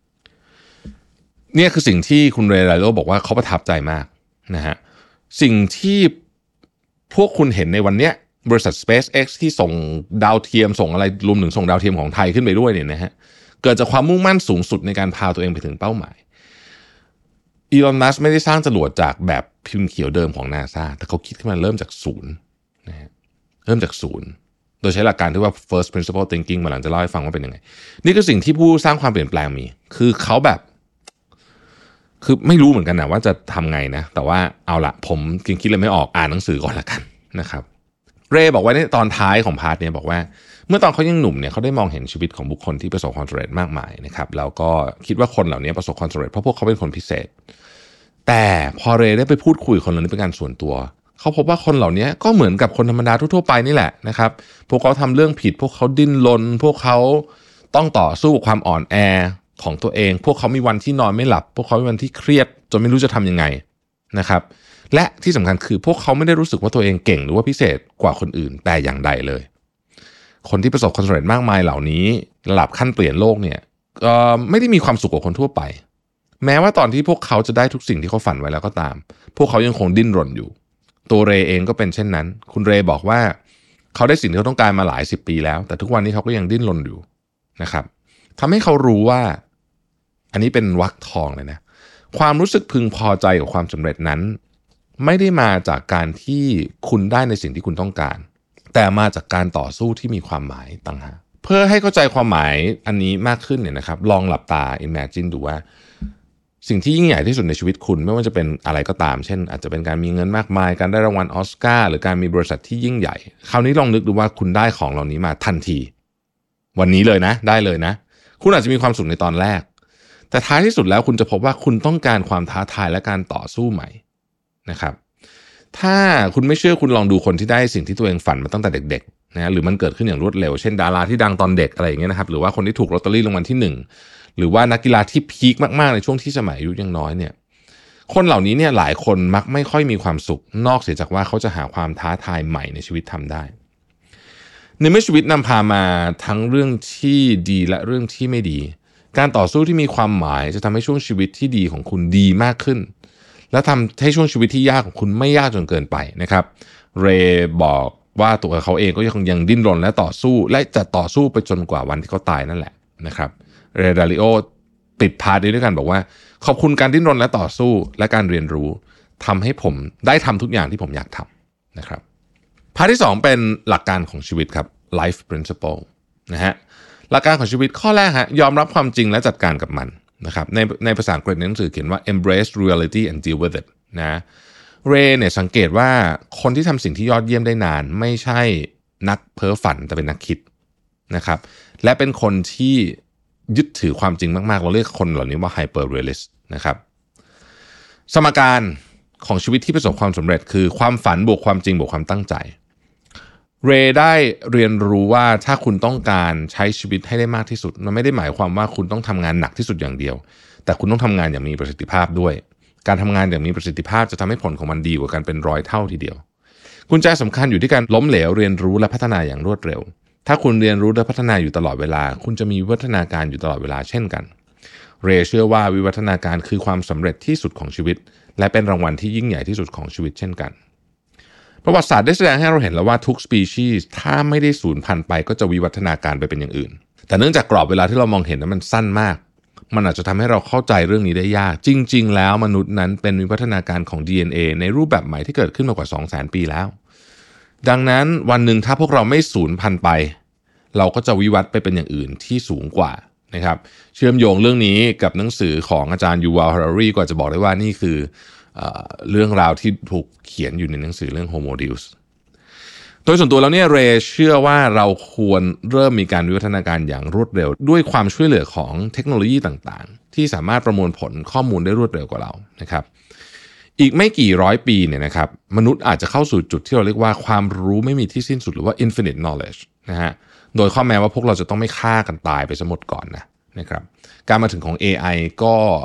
เนี่ยคือสิ่งที่คุณเรย์ดาริโอบอกว่าเขาประทับใจมากนะฮะสิ่งที่พวกคุณเห็นในวันเนี้ยบริษัท SpaceX ที่ส่งดาวเทียมส่งอะไรรวมถึงส่งดาวเทียมของไทยขึ้นไปด้วยเนี่ยนะฮะเกิดจากความมุ่งมั่นสูงสุดในการพาตัวเองไปถึงเป้าหมายอีลอน มัสก์ไม่ได้สร้างจรวดจากแบบพิมพ์เขียวเดิมของ NASA แต่เขาคิดขึ้นมาเริ่มจากศูนย์นะฮะเริ่มจากศูนย์โดยใช้หลักการที่ว่า first principle thinking มาหลังจะเล่าให้ฟังว่าเป็นยังไงนี่คือสิ่งที่ผู้สร้างความเปลี่ยนแปลงมีคือเขาแบบคือไม่รู้เหมือนกันนะว่าจะทำไงนะแต่ว่าเอาละผมคิดเลยไม่ออกอ่านหนังสือก่อนละกันนะครับเรย์บอกไว้ในตอนท้ายของพาร์ทนี้บอกว่าเมื่อตอนเขายังหนุ่มเนี่ยเขาได้มองเห็นชีวิตของบุคคลที่ประสบความสำเร็จมากมายนะครับแล้วก็คิดว่าคนเหล่านี้ประสบความสำเร็จเพราะพวกเขาเป็นคนพิเศษแต่พอเรย์ได้ไปพูดคุยคนเหล่านี้เป็นการส่วนตัวเขาพบว่าคนเหล่านี้ก็เหมือนกับคนธรรมดาทั่วๆไปนี่แหละนะครับพวกเขาทำเรื่องผิดพวกเขาดิ้นรนพวกเขาต้องต่อสู้กับความอ่อนแอของตัวเองพวกเขามีวันที่นอนไม่หลับพวกเขามีวันที่เครียดจนไม่รู้จะทำยังไงนะครับและที่สำคัญคือพวกเขาไม่ได้รู้สึกว่าตัวเองเก่งหรือว่าพิเศษกว่าคนอื่นแต่อย่างใดเลยคนที่ประสบความสำเร็จมากมายเหล่านี้ระดับขั้นเปลี่ยนโลกเนี่ยไม่ได้มีความสุขกว่าคนทั่วไปแม้ว่าตอนที่พวกเขาจะได้ทุกสิ่งที่เขาฝันไว้แล้วก็ตามพวกเขายังคงดิ้นรนอยู่ตัวเรย์เองก็เป็นเช่นนั้นคุณเรย์บอกว่าเขาได้สิ่งที่เขาต้องการมาหลาย10 ปีแล้วแต่ทุกวันนี้เขาก็ยังดิ้นรนอยู่นะครับทำให้เขารู้ว่าอันนี้เป็นวรรคทองเลยนะความรู้สึกพึงพอใจกับความสำเร็จนั้นไม่ได้มาจากการที่คุณได้ในสิ่งที่คุณต้องการแต่มาจากการต่อสู้ที่มีความหมายต่างหากเพื่อให้เข้าใจความหมายอันนี้มากขึ้นเนี่ยนะครับลองหลับตา imagine ดูว่าสิ่งที่ยิ่งใหญ่ที่สุดในชีวิตคุณไม่ว่าจะเป็นอะไรก็ตามเช่นอาจจะเป็นการมีเงินมากมายการได้รางวัลออสการ์หรือการมีบริษัทที่ยิ่งใหญ่คราวนี้ลองนึกดูว่าคุณได้ของเหล่านี้มาทันทีวันนี้เลยนะได้เลยนะคุณอาจจะมีความสุขในตอนแรกแต่ท้ายที่สุดแล้วคุณจะพบว่าคุณต้องการความท้าทายและการต่อสู้ใหม่นะครับถ้าคุณไม่เชื่อคุณลองดูคนที่ได้สิ่งที่ตัวเองฝันมาตั้งแต่เด็กๆนะหรือมันเกิดขึ้นอย่างรวดเร็วเช่นดาราที่ดังตอนเด็กอะไรอย่างเงี้ยนะครับหรือว่าคนที่ถูกลอตเตอรี่รางวัลที่1หรือว่านักกีฬาที่พีคมากๆในช่วงที่สมัยอายุยังน้อยเนี่ยคนเหล่านี้เนี่ยหลายคนมักไม่ค่อยมีความสุขนอกเสียจากว่าเขาจะหาความท้าทายใหม่ในชีวิตทำได้ในเมื่อชีวิตนำพามาทั้งเรื่องที่ดีและเรื่องที่ไม่ดีการต่อสู้ที่มีความหมายจะทำให้ช่วงชีวิตที่ดีของคุณดีมากขึ้นและทำให้ช่วงชีวิตที่ยากของคุณไม่ยากจนเกินไปนะครับเรย์บอกว่าตัวเขาเองก็ยังดิ้นรนและต่อสู้และจะต่อสู้ไปจนกว่าวันที่เขาตายนั่นแหละนะครับเรย์ดาริโอปิดพาร์ทนี้ด้วยกันบอกว่าขอบคุณการดิ้นรนและต่อสู้และการเรียนรู้ทำให้ผมได้ทำทุกอย่างที่ผมอยากทำนะครับพาร์ทที่2เป็นหลักการของชีวิตครับ life principle นะฮะหลักการของชีวิตข้อแรกฮะยอมรับความจริงและจัดการกับมันนะครับในภาษาอังกฤษในหนังสือเขียนว่า embrace reality and deal with it นะเรย์เนี่ยสังเกตว่าคนที่ทำสิ่งที่ยอดเยี่ยมได้นานไม่ใช่นักเพ้อฝันแต่เป็นนักคิดนะครับและเป็นคนที่ยึดถือความจริงมากๆเราเรียกคนเหล่านี้ว่า hyper realist นะครับสมการของชีวิตที่ประสบความสำเร็จคือความฝันบวกความจริงบวกความตั้งใจเรย์ได้เรียนรู้ว่าถ้าคุณต้องการใช้ชีวิตให้ได้มากที่สุดมันไม่ได้หมายความว่าคุณต้องทำงานหนักที่สุดอย่างเดียวแต่คุณต้องทำงานอย่างมีประสิทธิภาพด้วยการทำงานอย่างมีประสิทธิภาพจะทำให้ผลของมันดีกว่ากันเป็น100 เท่าทีเดียวกุญแจสำคัญอยู่ที่การล้มเหลวเรียนรู้และพัฒนาอย่างรวดเร็วถ้าคุณเรียนรู้และพัฒนาอยู่ตลอดเวลาคุณจะมีวิวัฒนาการอยู่ตลอดเวลาเช่นกันเรย์เชื่อว่าวิวัฒนาการคือความสำเร็จที่สุดของชีวิตและเป็นรางวัลที่ยิ่งใหญ่ที่สุดของชีวิตเช่นกันประวัติศาสตร์ได้แสดงให้เราเห็นแล้วว่าทุกสปีชีส์ถ้าไม่ได้สูญพันธุ์ไปก็จะวิวัฒนาการไปเป็นอย่างอื่นแต่เนื่องจากกรอบเวลาที่เรามองเห็นนั้นมันสั้นมากมันอาจจะทำให้เราเข้าใจเรื่องนี้ได้ยากจริงๆแล้วมนุษย์นั้นเป็นวิวัฒนาการของ DNA ในรูปแบบใหม่ที่เกิดขึ้นมากว่า 200,000 ปีแล้วดังนั้นวันหนึ่งถ้าพวกเราไม่สูญพันธุ์ไปเราก็จะวิวัฒน์ไปเป็นอย่างอื่นที่สูงกว่านะครับเชื่อมโยงเรื่องนี้กับหนังสือของอาจารย์ยูวัล ฮารารีก็จะบอกได้ว่านี่คือเรื่องราวที่ถูกเขียนอยู่ในหนังสือเรื่อง Homo Deus โดยส่วนตัวแล้วเนี่ยเรย์เชื่อว่าเราควรเริ่มมีการวิวัฒนาการอย่างรวดเร็วด้วยความช่วยเหลือของเทคโนโลยีต่างๆที่สามารถประมวลผลข้อมูลได้รวดเร็วกว่าเรานะครับอีกไม่กี่ร้อยปีเนี่ยนะครับมนุษย์อาจจะเข้าสู่จุดที่เราเรียกว่าความรู้ไม่มีที่สิ้นสุดหรือว่า infinite knowledge นะฮะโดยข้อแม้ว่าพวกเราจะต้องไม่ฆ่ากันตายไปซะหมดก่อนนะครับการมาถึงของ AI ก็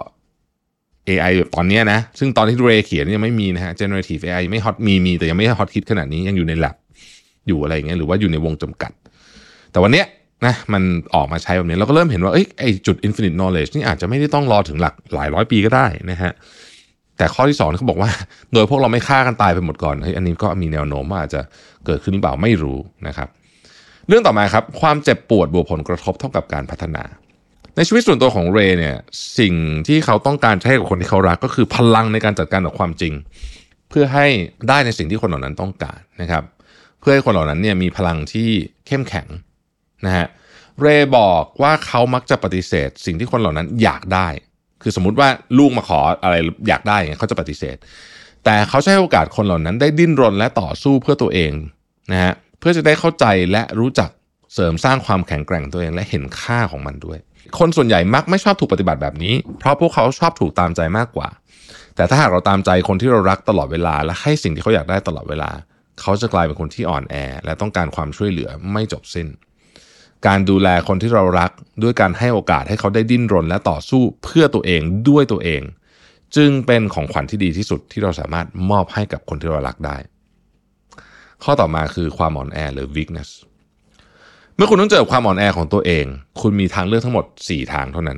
AI แบบตอนนี้นะซึ่งตอนที่เรย์เขียนยังไม่มีนะฮะ generative AI ไม่ฮอตมีแต่ยังไม่ฮอตฮิตขนาดนี้ยังอยู่ใน lab อยู่อะไรอย่างเงี้ยหรือว่าอยู่ในวงจำกัดแต่วันเนี้ยนะมันออกมาใช้แบบนี้เราก็เริ่มเห็นว่าไอ้จุด infinite knowledge นี่อาจจะไม่ได้ต้องรอถึงหลายร้อยปีก็ได้นะฮะแต่ข้อที่2เขาบอกว่าโดยพวกเราไม่ฆ่ากันตายไปหมดก่อนอันนี้ก็มีแนวโน้มว่าอาจจะเกิดขึ้นหรือเปล่าไม่รู้นะครับเรื่องต่อมาครับความเจ็บปวดบวกผลกระทบเท่ากับการพัฒนาในชีวิตส่วนตัวของเรย์เนี่ยสิ่งที่เขาต้องการใช้กับคนที่เขารักก็คือพลังในการจัดการกับความจริงเพื่อให้ได้ในสิ่งที่คนเหล่านั้นต้องการนะครับเพื่อให้คนเหล่านั้นเนี่ยมีพลังที่เข้มแข็งนะฮะเรย์บอกว่าเขามักจะปฏิเสธสิ่งที่คนเหล่านั้นอยากได้คือสมมุติว่าลูกมาขออะไรอยากได้เขาจะปฏิเสธแต่เขาใช้โอกาสคนเหล่านั้นได้ดิ้นรนและต่อสู้เพื่อตัวเองนะฮะเพื่อจะได้เข้าใจและรู้จักเสริมสร้างความแข็งแกร่งตัวเองและเห็นค่าของมันด้วยคนส่วนใหญ่มักไม่ชอบถูกปฏิบัติแบบนี้เพราะพวกเขาชอบถูกตามใจมากกว่าแต่ถ้าหากเราตามใจคนที่เรารักตลอดเวลาและให้สิ่งที่เขาอยากได้ตลอดเวลาเขาจะกลายเป็นคนที่อ่อนแอและต้องการความช่วยเหลือไม่จบสิ้นการดูแลคนที่เรารักด้วยการให้โอกาสให้เขาได้ดิ้นรนและต่อสู้เพื่อตัวเองด้วยตัวเองจึงเป็นของขวัญที่ดีที่สุดที่เราสามารถมอบให้กับคนที่เรารักได้ข้อต่อมาคือความอ่อนแอหรือ weakness เมื่อคุณต้องเจอความอ่อนแอของตัวเองคุณมีทางเลือกทั้งหมด4ทางเท่านั้น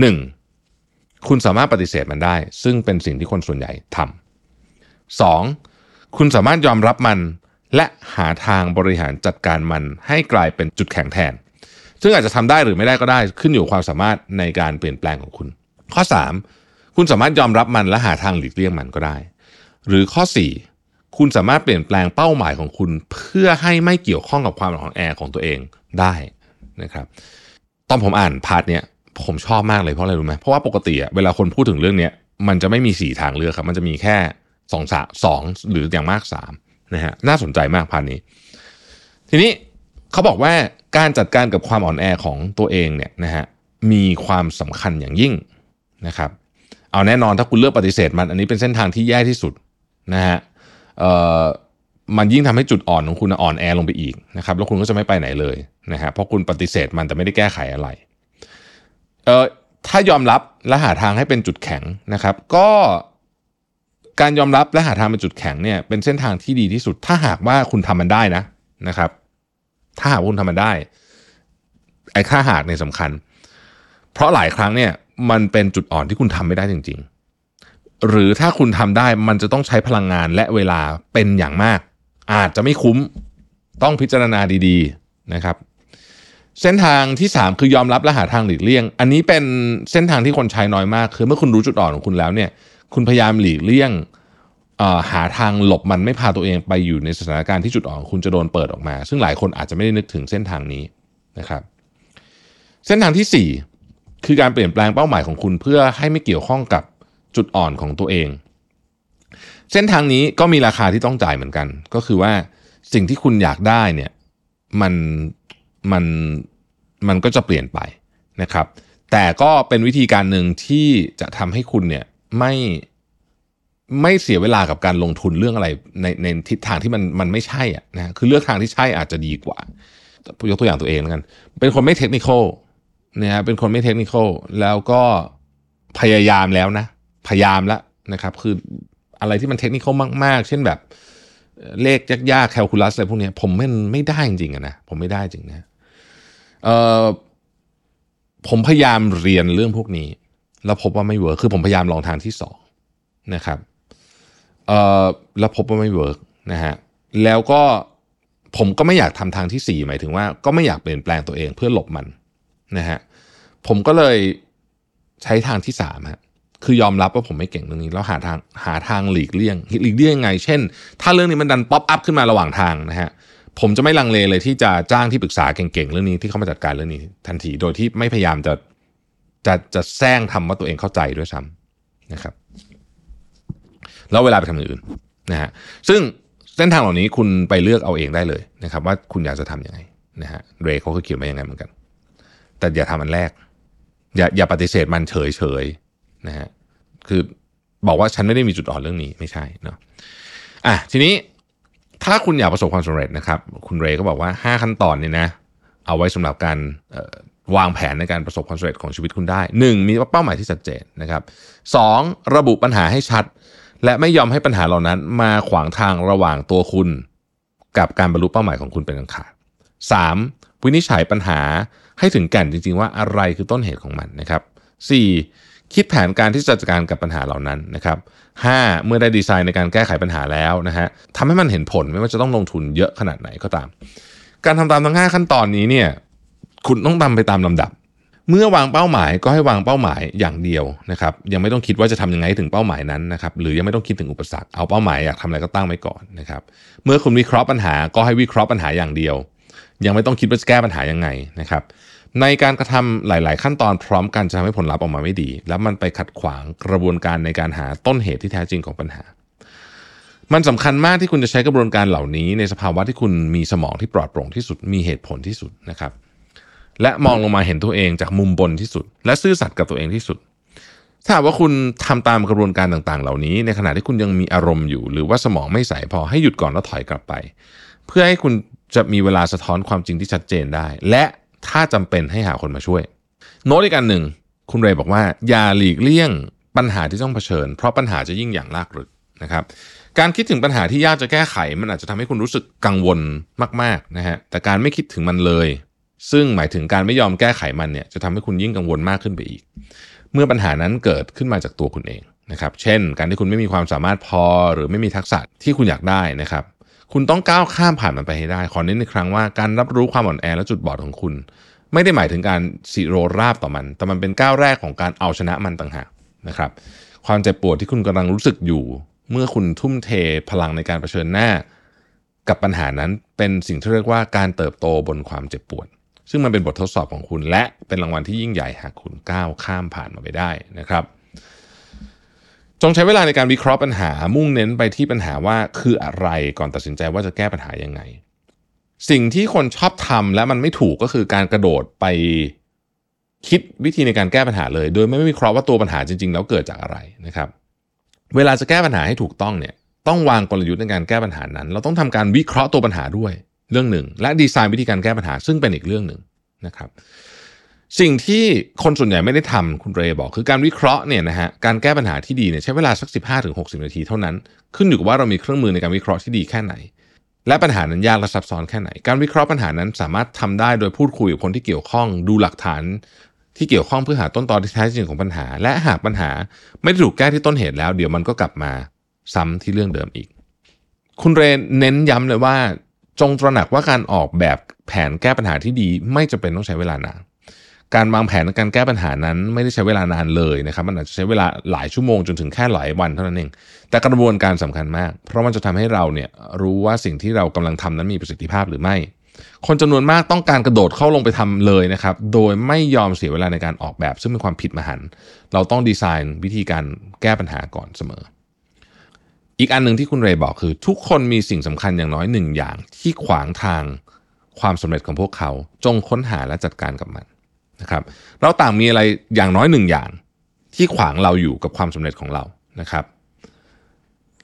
1. คุณสามารถปฏิเสธมันได้ซึ่งเป็นสิ่งที่คนส่วนใหญ่ทำ 2. คุณสามารถยอมรับมันและหาทางบริหารจัดการมันให้กลายเป็นจุดแข็งแทนซึ่งอาจจะทำได้หรือไม่ได้ก็ได้ขึ้นอยู่กับความสามารถในการเปลี่ยนแปลงของคุณข้อ 3. คุณสามารถยอมรับมันและหาทางหลีกเลี่ยงมันก็ได้หรือข้อ 4. คุณสามารถเปลี่ยนแปลงเป้าหมายของคุณเพื่อให้ไม่เกี่ยวข้องกับความอ่อนแอของตัวเองได้นะครับตอนผมอ่านพาร์ทเนี้ยผมชอบมากเลยเพราะอะไรรู้ไหมเพราะว่าปกติเวลาคนพูดถึงเรื่องนี้มันจะไม่มี4ทางเลือกครับมันจะมีแค่2หรืออย่างมาก3นะฮะน่าสนใจมากพาร์ทนี้ทีนี้เขาบอกว่าการจัดการกับความอ่อนแอของตัวเองเนี่ยนะฮะมีความสำคัญอย่างยิ่งนะครับเอาแน่นอนถ้าคุณเลือกปฏิเสธมันอันนี้เป็นเส้นทางที่แย่ที่สุดนะฮะมันยิ่งทำให้จุดอ่อนของคุณอ่อนแอลงไปอีกนะครับแล้วคุณก็จะไม่ไปไหนเลยนะฮะเพราะคุณปฏิเสธมันแต่ไม่ได้แก้ไขอะไรถ้ายอมรับและหาทางให้เป็นจุดแข็งนะครับก็การยอมรับและหาทางเป็นจุดแข็งเนี่ยเป็นเส้นทางที่ดีที่สุดถ้าหากว่าคุณทำมันได้นะครับถ้าหากคุณทำมันได้ไอ้ค่าหากเนี่ยสำคัญเพราะหลายครั้งเนี่ยมันเป็นจุดอ่อนที่คุณทำไม่ได้จริงๆหรือถ้าคุณทำได้มันจะต้องใช้พลังงานและเวลาเป็นอย่างมากอาจจะไม่คุ้มต้องพิจารณาดีๆนะครับเส้นทางที่3คือยอมรับและหาทางหลีกเลี่ยงอันนี้เป็นเส้นทางที่คนใช้น้อยมากคือเมื่อคุณรู้จุดอ่อนของคุณแล้วเนี่ยคุณพยายามหลีกเลี่ยงหาทางหลบมันไม่พาตัวเองไปอยู่ในสถานการณ์ที่จุดอ่อนของคุณจะโดนเปิดออกมาซึ่งหลายคนอาจจะไม่ได้นึกถึงเส้นทางนี้นะครับเส้นทางที่4คือการเปลี่ยนแปลงเป้าหมายของคุณเพื่อให้ไม่เกี่ยวข้องกับจุดอ่อนของตัวเองเส้นทางนี้ก็มีราคาที่ต้องจ่ายเหมือนกันก็คือว่าสิ่งที่คุณอยากได้เนี่ยมันก็จะเปลี่ยนไปนะครับแต่ก็เป็นวิธีการหนึ่งที่จะทำให้คุณเนี่ยไม่เสียเวลากับการลงทุนเรื่องอะไรในทิศทางที่มันไม่ใช่อ่ะนะคือเลือกทางที่ใช่อาจจะดีกว่ายกตัวอย่างตัวเองแล้วกันเป็นคนไม่เทคนิคอลนะฮะเป็นคนไม่เทคนิคอลแล้วก็พยายามแล้วนะพยายามแล้วนะครับคืออะไรที่มันเทคนิคอลมากๆเช่นแบบเลขยากๆแคลคูลัสอะไรพวกนี้ผมไม่ได้จริงๆนะผมไม่ได้จริงนะผมพยายามเรียนเรื่องพวกนี้แล้วพบว่าไม่เวิร์คคือผมพยายามลองทางที่2นะครับแล้วพบว่าไม่เวิร์คนะฮะแล้วก็ผมก็ไม่อยากทำทางที่4หมายถึงว่าก็ไม่อยากเปลี่ยนแปลงตัวเองเพื่อหลบมันนะฮะผมก็เลยใช้ทางที่3ฮะคือยอมรับว่าผมไม่เก่งเรื่องนี้แล้วหาทางหลีกเลี่ยงยังไงเช่นถ้าเรื่องนี้มันดันป๊อปอัพขึ้นมาระหว่างทางนะฮะผมจะไม่ลังเลเลยที่จะจ้างที่ปรึกษาเก่งๆเรื่องนี้ที่เข้ามาจัดการเรื่องนี้ทันทีโดยที่ไม่พยายามจะแซงทำว่าตัวเองเข้าใจด้วยซ้ำนะครับแล้วเวลาไปทำอย่างอื่นนะฮะซึ่งเส้นทางเหล่านี้คุณไปเลือกเอาเองได้เลยนะครับว่าคุณอยากจะทำยังไงนะฮะเรย์เขาก็เขียนมายังไงเหมือนกันแต่อย่าทำอันแรกอย่าปฏิเสธมันเฉยนะฮะคือบอกว่าฉันไม่ได้มีจุดอ่อนเรื่องนี้ไม่ใช่เนาะทีนี้ถ้าคุณอยากประสบความสำเร็จนะครับคุณเรย์ก็บอกว่า5ขั้นตอนนี้นะเอาไว้สำหรับการวางแผนในการประสบความสำเร็จของชีวิตคุณได้1มีเป้าหมายที่ชัดเจนนะครับ2ระบุปัญหาให้ชัดและไม่ยอมให้ปัญหาเหล่านั้นมาขวางทางระหว่างตัวคุณกับการบรรลุเป้าหมายของคุณเป็นอันขาด3วินิจฉัยปัญหาให้ถึงแก่นจริงๆว่าอะไรคือต้นเหตุของมันนะครับ4คิดแผนการที่จะจัดการกับปัญหาเหล่านั้นนะครับ5เมื่อได้ดีไซน์ในการแก้ไขปัญหาแล้วนะฮะทำให้มันเห็นผลไม่ว่าจะต้องลงทุนเยอะขนาดไหนก็ตามการทำตามทั้ง5ขั้นตอนนี้เนี่ยคุณต้องทำไปตามลำดับเมื่อวางเป้าหมายก็ให้วางเป้าหมายอย่างเดียวนะครับยังไม่ต้องคิดว่าจะทำยังไงถึงเป้าหมายนั้นนะครับหรือยังไม่ต้องคิดถึงอุปสรรคเอาเป้าหมายอยากทำอะไรก็ตั้งไว้ก่อนนะครับเมื่อคุณวิเคราะห์ปัญหาก็ให้วิเคราะห์ปัญหาอย่างเดียวยังไม่ต้องคิดว่าจะแก้ปัญหายังไงนะครับในการกระทำหลายๆขั้นตอนพร้อมกันจะทำให้ผลลัพธ์ออกมาไม่ดีแล้วมันไปขัดขวางกระบวนการในการหาต้นเหตุที่แท้จริงของปัญหามันสำคัญมากที่คุณจะใช้กระบวนการเหล่านี้ในสภาวะที่คุณมีสมองที่ปลอดโปร่งที่สุดมีเหตุผลที่สุดนะครับและมองลงมาเห็นตัวเองจากมุมบนที่สุดและซื่อสัตย์กับตัวเองที่สุดถ้าว่าคุณทำตามกระบวนการต่างๆเหล่านี้ในขณะที่คุณยังมีอารมณ์อยู่หรือว่าสมองไม่ใสพอให้หยุดก่อนแล้วถอยกลับไปเพื่อให้คุณจะมีเวลาสะท้อนความจริงที่ชัดเจนได้และถ้าจำเป็นให้หาคนมาช่วยโน้ตอีกอันหนึ่งคุณเรย์บอกว่าอย่าหลีกเลี่ยงปัญหาที่ต้องเผชิญเพราะปัญหาจะยิ่งอย่างลากลึกนะครับการคิดถึงปัญหาที่ยากจะแก้ไขมันอาจจะทำให้คุณรู้สึกกังวลมากๆนะฮะแต่การไม่คิดถึงมันเลยซึ่งหมายถึงการไม่ยอมแก้ไขมันเนี่ยจะทำให้คุณยิ่งกังวลมากขึ้นไปอีกเมื่อปัญหานั้นเกิดขึ้นมาจากตัวคุณเองนะครับเช่นการที่คุณไม่มีความสามารถพอหรือไม่มีทักษะที่คุณอยากได้นะครับคุณต้องก้าวข้ามผ่านมันไปให้ได้ขอเน้นอีกครั้งว่าการรับรู้ความอ่อนแอและจุดบอดของคุณไม่ได้หมายถึงการสิโรราบต่อมันแต่มันเป็นก้าวแรกของการเอาชนะมันต่างหากนะครับความเจ็บปวดที่คุณกำลังรู้สึกอยู่เมื่อคุณทุ่มเทพลังในการเผชิญหน้ากับปัญหานั้นเป็นสิ่งที่เรียกว่าการเติบโตบนความเจ็บปวดซึ่งมันเป็นบททดสอบของคุณและเป็นรางวัลที่ยิ่งใหญ่หากคุณก้าวข้ามผ่านมาไปได้นะครับจงใช้เวลาในการวิเคราะห์ปัญหามุ่งเน้นไปที่ปัญหาว่าคืออะไรก่อนตัดสินใจว่าจะแก้ปัญหายังไงสิ่งที่คนชอบทำและมันไม่ถูกก็คือการกระโดดไปคิดวิธีในการแก้ปัญหาเลยโดยไม่วิเคราะห์ว่าตัวปัญหาจริงๆแล้วเกิดจากอะไรนะครับเวลาจะแก้ปัญหาให้ถูกต้องเนี่ยต้องวางกลยุทธ์ในการแก้ปัญหานั้นเราต้องทำการวิเคราะห์ตัวปัญหาด้วยเรื่องหนึ่งและดีไซน์วิธีการแก้ปัญหาซึ่งเป็นอีกเรื่องหนึ่งนะครับสิ่งที่คนส่วนใหญ่ไม่ได้ทำคุณเรย์บอกคือการวิเคราะห์เนี่ยนะฮะการแก้ปัญหาที่ดีเนี่ยใช้เวลาสัก 15-60 นาทีเท่านั้นขึ้นอยู่กับว่าเรามีเครื่องมือในการวิเคราะห์ที่ดีแค่ไหนและปัญหานั้นยากและซับซ้อนแค่ไหนการวิเคราะห์ปัญหานั้นสามารถทำได้โดยพูดคุยกับคนที่เกี่ยวข้องดูหลักฐานที่เกี่ยวข้องเพื่อหาต้นตอที่แท้จริงของปัญหาและหากปัญหาไม่ได้ถูกแก้ที่ต้นเหตุแล้วเดี๋ยวมันก็กลับมาซ้ำที่เรื่องเดิมอีกคุณเรย์เน้นย้ำเลยว่าจงตระหนักว่าการออกแบบแผนแก้ปัญหาที่ดีไม่จำเป็นต้องใช้เวลานานการวางแผนในการแก้ปัญหานั้นไม่ได้ใช้เวลานานเลยนะครับมันอาจจะใช้เวลาหลายชั่วโมงจนถึงแค่หลายวันเท่านั้นเองแต่กระบวนการสำคัญมากเพราะมันจะทำให้เราเนี่ยรู้ว่าสิ่งที่เรากำลังทำนั้นมีประสิทธิภาพหรือไม่คนจำนวนมากต้องการกระโดดเข้าลงไปทำเลยนะครับโดยไม่ยอมเสียเวลาในการออกแบบซึ่งเป็นความผิดมหันต์เราต้องดีไซน์วิธีการแก้ปัญหาก่อนเสมออีกอันหนึ่งที่คุณเรย์บอกคือทุกคนมีสิ่งสำคัญอย่างน้อยหนึ่งอย่างที่ขวางทางความสำเร็จของพวกเขาจงค้นหาและจัดการกับมันนะครับเราต่างมีอะไรอย่างน้อยหนึ่งอย่างที่ขวางเราอยู่กับความสำเร็จของเรานะครับ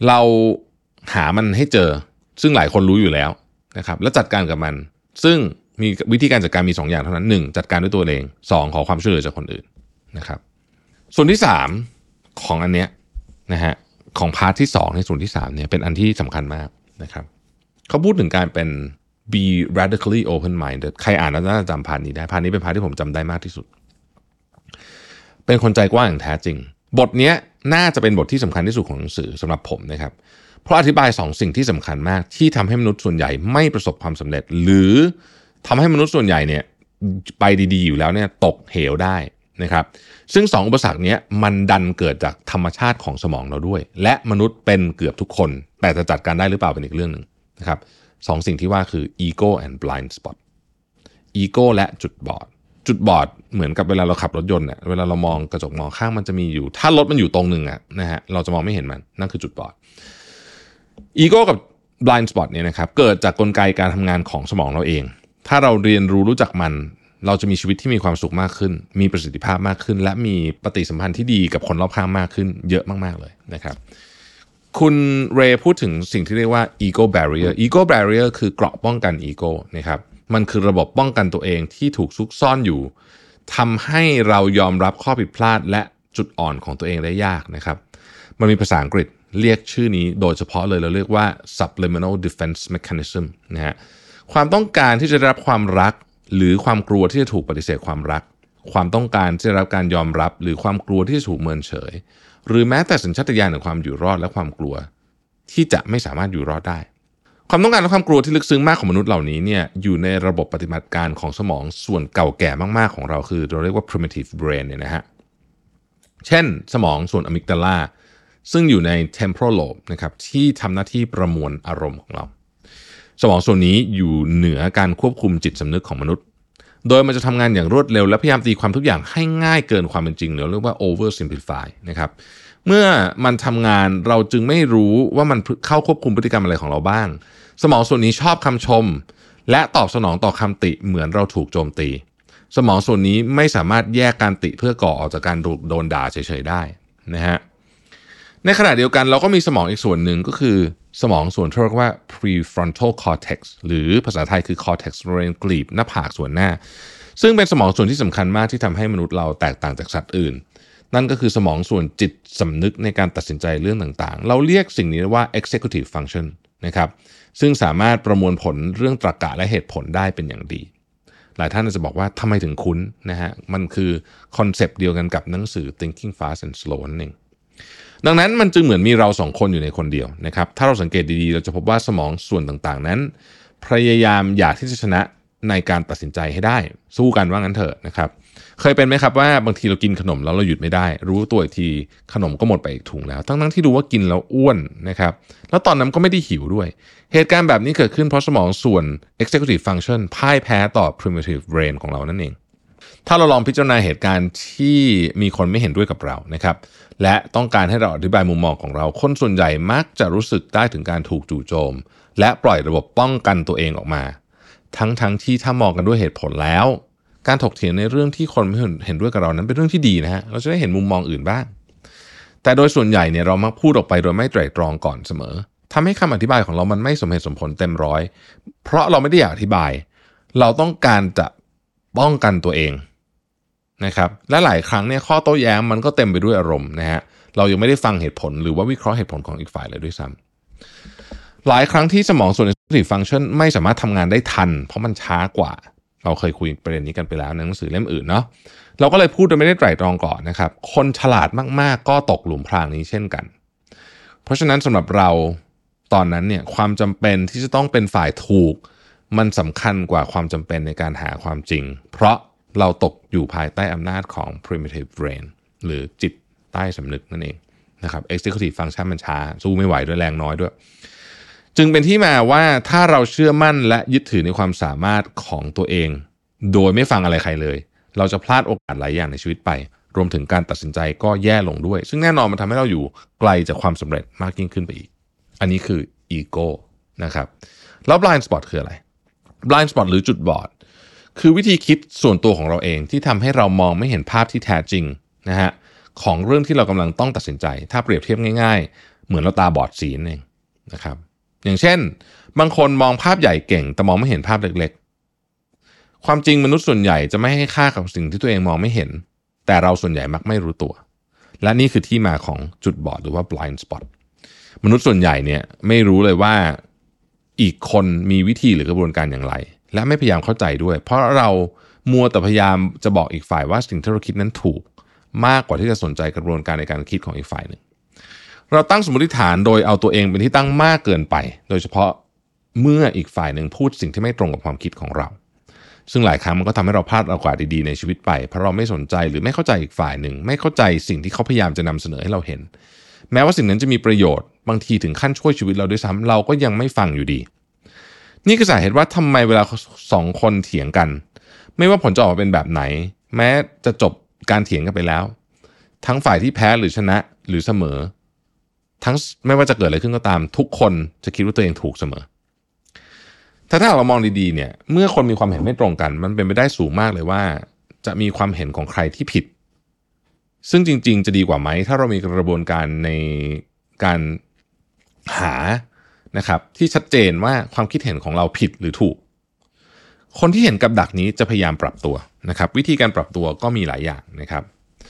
เราหามันให้เจอซึ่งหลายคนรู้อยู่แล้วนะครับแล้วจัดการกับมันซึ่งมีวิธีการจัดการมี2อย่างเท่านั้น1จัดการด้วยตัวเอง2ขอความช่วยเหลือจากคนอื่นนะครับส่วนที่3ของอันเนี้ยนะฮะของพาร์ทที่2ในส่วนที่3เนี่ยเป็นอันที่สำคัญมากนะครับเขาพูดถึงการเป็น be radically open minded ใครอ่านแล้วน่าจะจำพาร์ทนี้ได้พาร์ทนี้เป็นพาร์ทที่ผมจำได้มากที่สุดเป็นคนใจกว้างอย่างแท้จริงบทนี้น่าจะเป็นบทที่สำคัญที่สุดของหนังสือสำหรับผมนะครับเพราะอธิบาย2สิ่งที่สำคัญมากที่ทำให้มนุษย์ส่วนใหญ่ไม่ประสบความสำเร็จหรือทำให้มนุษย์ส่วนใหญ่เนี่ยไปดีๆอยู่แล้วเนี่ยตกเหวได้นะครับซึ่ง2อุปสรรคนี้มันดันเกิดจากธรรมชาติของสมองเราด้วยและมนุษย์เป็นเกือบทุกคนแต่จะจัดการได้หรือเปล่าเป็นอีกเรื่องนึงนะครับ2สิ่งที่ว่าคือ ego and blind spot ego และจุดบอดเหมือนกับเวลาเราขับรถยนต์เวลาเรามองกระจกมองข้างมันจะมีอยู่ถ้ารถมันอยู่ตรงนึงนะฮะเราจะมองไม่เห็นมันนั่นคือจุดบอดอีโก้กับ blind spot เนี่ยนะครับเกิดจากกลไกการทำงานของสมองเราเองถ้าเราเรียนรู้จักมันเราจะมีชีวิตที่มีความสุขมากขึ้นมีประสิทธิภาพมากขึ้นและมีปฏิสัมพันธ์ที่ดีกับคนรอบข้างมากขึ้นเยอะมากๆเลยนะครับคุณเรย์พูดถึงสิ่งที่เรียกว่า ego barrier คือเกราะป้องกันอีโก้นะครับมันคือระบบป้องกันตัวเองที่ถูกซุกซ่อนอยู่ทำให้เรายอมรับข้อผิดพลาดและจุดอ่อนของตัวเองได้ยากนะครับมันมีภาษาอังกฤษเรียกชื่อนี้โดยเฉพาะเลยเราเรียกว่า subliminal defense mechanism นะฮะความต้องการที่จะได้รับความรักหรือความกลัวที่จะถูกปฏิเสธความรักความต้องการที่จะได้รับการยอมรับหรือความกลัวที่จะถูกเมินเฉยหรือแม้แต่สัญชาตญาณของความอยู่รอดและความกลัวที่จะไม่สามารถอยู่รอดได้ความต้องการและความกลัวที่ลึกซึ้งมากของมนุษย์เหล่านี้เนี่ยอยู่ในระบบปฏิบัติการของสมองส่วนเก่าแก่มากๆของเราคือเราเรียกว่า primitive brain เนี่ยนะฮะเช่นสมองส่วนอะมิกดาลาซึ่งอยู่ใน temporal lobe นะครับที่ทำหน้าที่ประมวลอารมณ์ของเราสมองส่วนนี้อยู่เหนือการควบคุมจิตสำนึกของมนุษย์โดยมันจะทำงานอย่างรวดเร็วและพยายามตีความทุกอย่างให้ง่ายเกินความเป็นจริงหรือเรียกว่า over simplify นะครับเมื่อมันทำงานเราจึงไม่รู้ว่ามันเข้าควบคุมพฤติกรรมอะไรของเราบ้างสมองส่วนนี้ชอบคำชมและตอบสนองต่อคำติเหมือนเราถูกโจมตีสมองส่วนนี้ไม่สามารถแยกการติเพื่อก่อออกจากการโดนด่าเฉยๆได้นะฮะในขณะเดียวกันเราก็มีสมองอีกส่วนหนึ่งก็คือสมองส่วนที่เรียกว่า prefrontal cortex หรือภาษาไทยคือ cortex บริเวณกลีบหน้าผากส่วนหน้าซึ่งเป็นสมองส่วนที่สำคัญมากที่ทำให้มนุษย์เราแตกต่างจากสัตว์อื่นนั่นก็คือสมองส่วนจิตสำนึกในการตัดสินใจเรื่องต่างๆเราเรียกสิ่งนี้ว่า executive function นะครับซึ่งสามารถประมวลผลเรื่องตรรกะและเหตุผลได้เป็นอย่างดีหลายท่านจะบอกว่าทำไมถึงคุ้นนะฮะมันคือคอนเซปต์เดียวกันกับหนังสือ Thinking Fast and Slow นั่นเองดังนั้นมันจึงเหมือนมีเรา2คนอยู่ในคนเดียวนะครับถ้าเราสังเกตดีๆเราจะพบว่าสมองส่วนต่างๆนั้นพยายามอยากที่จะชนะในการตัดสินใจให้ได้สู้กันว่างั้นเถอะนะครับเคยเป็นไหมครับว่าบางทีเรากินขนมแล้วเราหยุดไม่ได้รู้ตัวอีกทีขนมก็หมดไปอีกถุงแล้วทั้งที่รู้ว่ากินแล้วอ้วนนะครับแล้วตอนนั้นก็ไม่ได้หิวด้วยเหตุการณ์แบบนี้เกิดขึ้นเพราะสมองส่วน executive function พ่ายแพ้ต่อ primitive brain ของเรานั่นเองถ้าเราลองพิจารณาเหตุการณ์ที่มีคนไม่เห็นด้วยกับเรานะครับและต้องการให้เราอธิบายมุมมองของเราคนส่วนใหญ่มักจะรู้สึกได้ถึงการถูกจู่โจมและปล่อยระบบป้องกันตัวเองออกมาทั้งที่ถ้ามองกันด้วยเหตุผลแล้วการถกเถียงในเรื่องที่คนไม่เห็นด้วยกับเรานั้นเป็นเรื่องที่ดีนะฮะเราจะได้เห็นมุมมองอื่นบ้างแต่โดยส่วนใหญ่เนี่ยเรามักพูดออกไปโดยไม่ไตร่ตรองก่อนเสมอทำให้คำอธิบายของเรามันไม่สมเหตุสมผลเต็มร้อยเพราะเราไม่ได้อยากอธิบายเราต้องการจะป้องกันตัวเองนะครับและหลายครั้งเนี่ยข้อโต้แย้งมันก็เต็มไปด้วยอารมณ์นะฮะเรายังไม่ได้ฟังเหตุผลหรือว่าวิเคราะห์เหตุผลของอีกฝ่ายเลยด้วยซ้ำหลายครั้งที่สมองส่วน executive function ไม่สามารถทำงานได้ทันเพราะมันช้ากว่าเราเคยคุยประเด็นนี้กันไปแล้วในหนังสือเล่มอื่นเนาะเราก็เลยพูดโดยไม่ได้ไตร่ตรองก่อนนะครับคนฉลาดมากๆก็ตกหลุมพรางนี้เช่นกันเพราะฉะนั้นสำหรับเราตอนนั้นเนี่ยความจำเป็นที่จะต้องเป็นฝ่ายถูกมันสำคัญกว่าความจำเป็นในการหาความจริงเพราะเราตกอยู่ภายใต้อำนาจของ primitive brain หรือจิตใต้สำนึกนั่นเองนะครับ executive function มันช้าสู้ไม่ไหวด้วยแรงน้อยด้วยจึงเป็นที่มาว่าถ้าเราเชื่อมั่นและยึดถือในความสามารถของตัวเองโดยไม่ฟังอะไรใครเลยเราจะพลาดโอกาสหลายอย่างในชีวิตไปรวมถึงการตัดสินใจก็แย่ลงด้วยซึ่งแน่นอนมันทำให้เราอยู่ไกลจากความสำเร็จมากยิ่งขึ้นไปอีกอันนี้คืออีโก้นะครับแล้ว blind spot คืออะไร blind spot หรือจุดบอดคือวิธีคิดส่วนตัวของเราเองที่ทำให้เรามองไม่เห็นภาพที่แท้จริงนะฮะของเรื่องที่เรากำลังต้องตัดสินใจถ้าเปรียบเทียบง่ายเหมือนเราตาบอดสีนั่นเองนะครับอย่างเช่นบางคนมองภาพใหญ่เก่งแต่มองไม่เห็นภาพเล็กๆความจริงมนุษย์ส่วนใหญ่จะไม่ให้ค่ากับสิ่งที่ตัวเองมองไม่เห็นแต่เราส่วนใหญ่มักไม่รู้ตัวและนี่คือที่มาของจุดบอดหรือว่า blind spot มนุษย์ส่วนใหญ่เนี่ยไม่รู้เลยว่าอีกคนมีวิธีหรือกระบวนการอย่างไรและไม่พยายามเข้าใจด้วยเพราะเรามัวแต่พยายามจะบอกอีกฝ่ายว่าสิ่งที่เราคิดนั้นถูกมากกว่าที่จะสนใจกระบวนการในการคิดของอีกฝ่ายหนึ่งเราตั้งสมมติฐานโดยเอาตัวเองเป็นที่ตั้งมากเกินไปโดยเฉพาะเมื่ออีกฝ่ายหนึ่งพูดสิ่งที่ไม่ตรงกับความคิดของเราซึ่งหลายครั้งมันก็ทำให้เราพลาดโอกาสดีๆในชีวิตไปเพราะเราไม่สนใจหรือไม่เข้าใจอีกฝ่ายหนึ่งไม่เข้าใจสิ่งที่เขาพยายามจะนำเสนอให้เราเห็นแม้ว่าสิ่งนั้นจะมีประโยชน์บางทีถึงขั้นช่วยชีวิตเราด้วยซ้ำเราก็ยังไม่ฟังอยู่ดีนี่คือสาเหตุว่าทำไมเวลาสองคนเถียงกันไม่ว่าผลจะออกมาเป็นแบบไหนแม้จะจบการเถียงกันไปแล้วทั้งฝ่ายที่แพ้หรือชนะหรือเสมอทั้งไม่ว่าจะเกิดอะไรขึ้นก็ตามทุกคนจะคิดว่าตัวเองถูกเสมอถ้าเรามองดีๆเนี่ยเมื่อคนมีความเห็นไม่ตรงกันมันเป็นไปได้สูงมากเลยว่าจะมีความเห็นของใครที่ผิดซึ่งจริงๆจะดีกว่าไหมถ้าเรามีกระบวนการในการหานะครับที่ชัดเจนว่าความคิดเห็นของเราผิดหรือถูกคนที่เห็นกับดักนี้จะพยายามปรับตัวนะครับวิธีการปรับตัวก็มีหลายอย่างนะครับ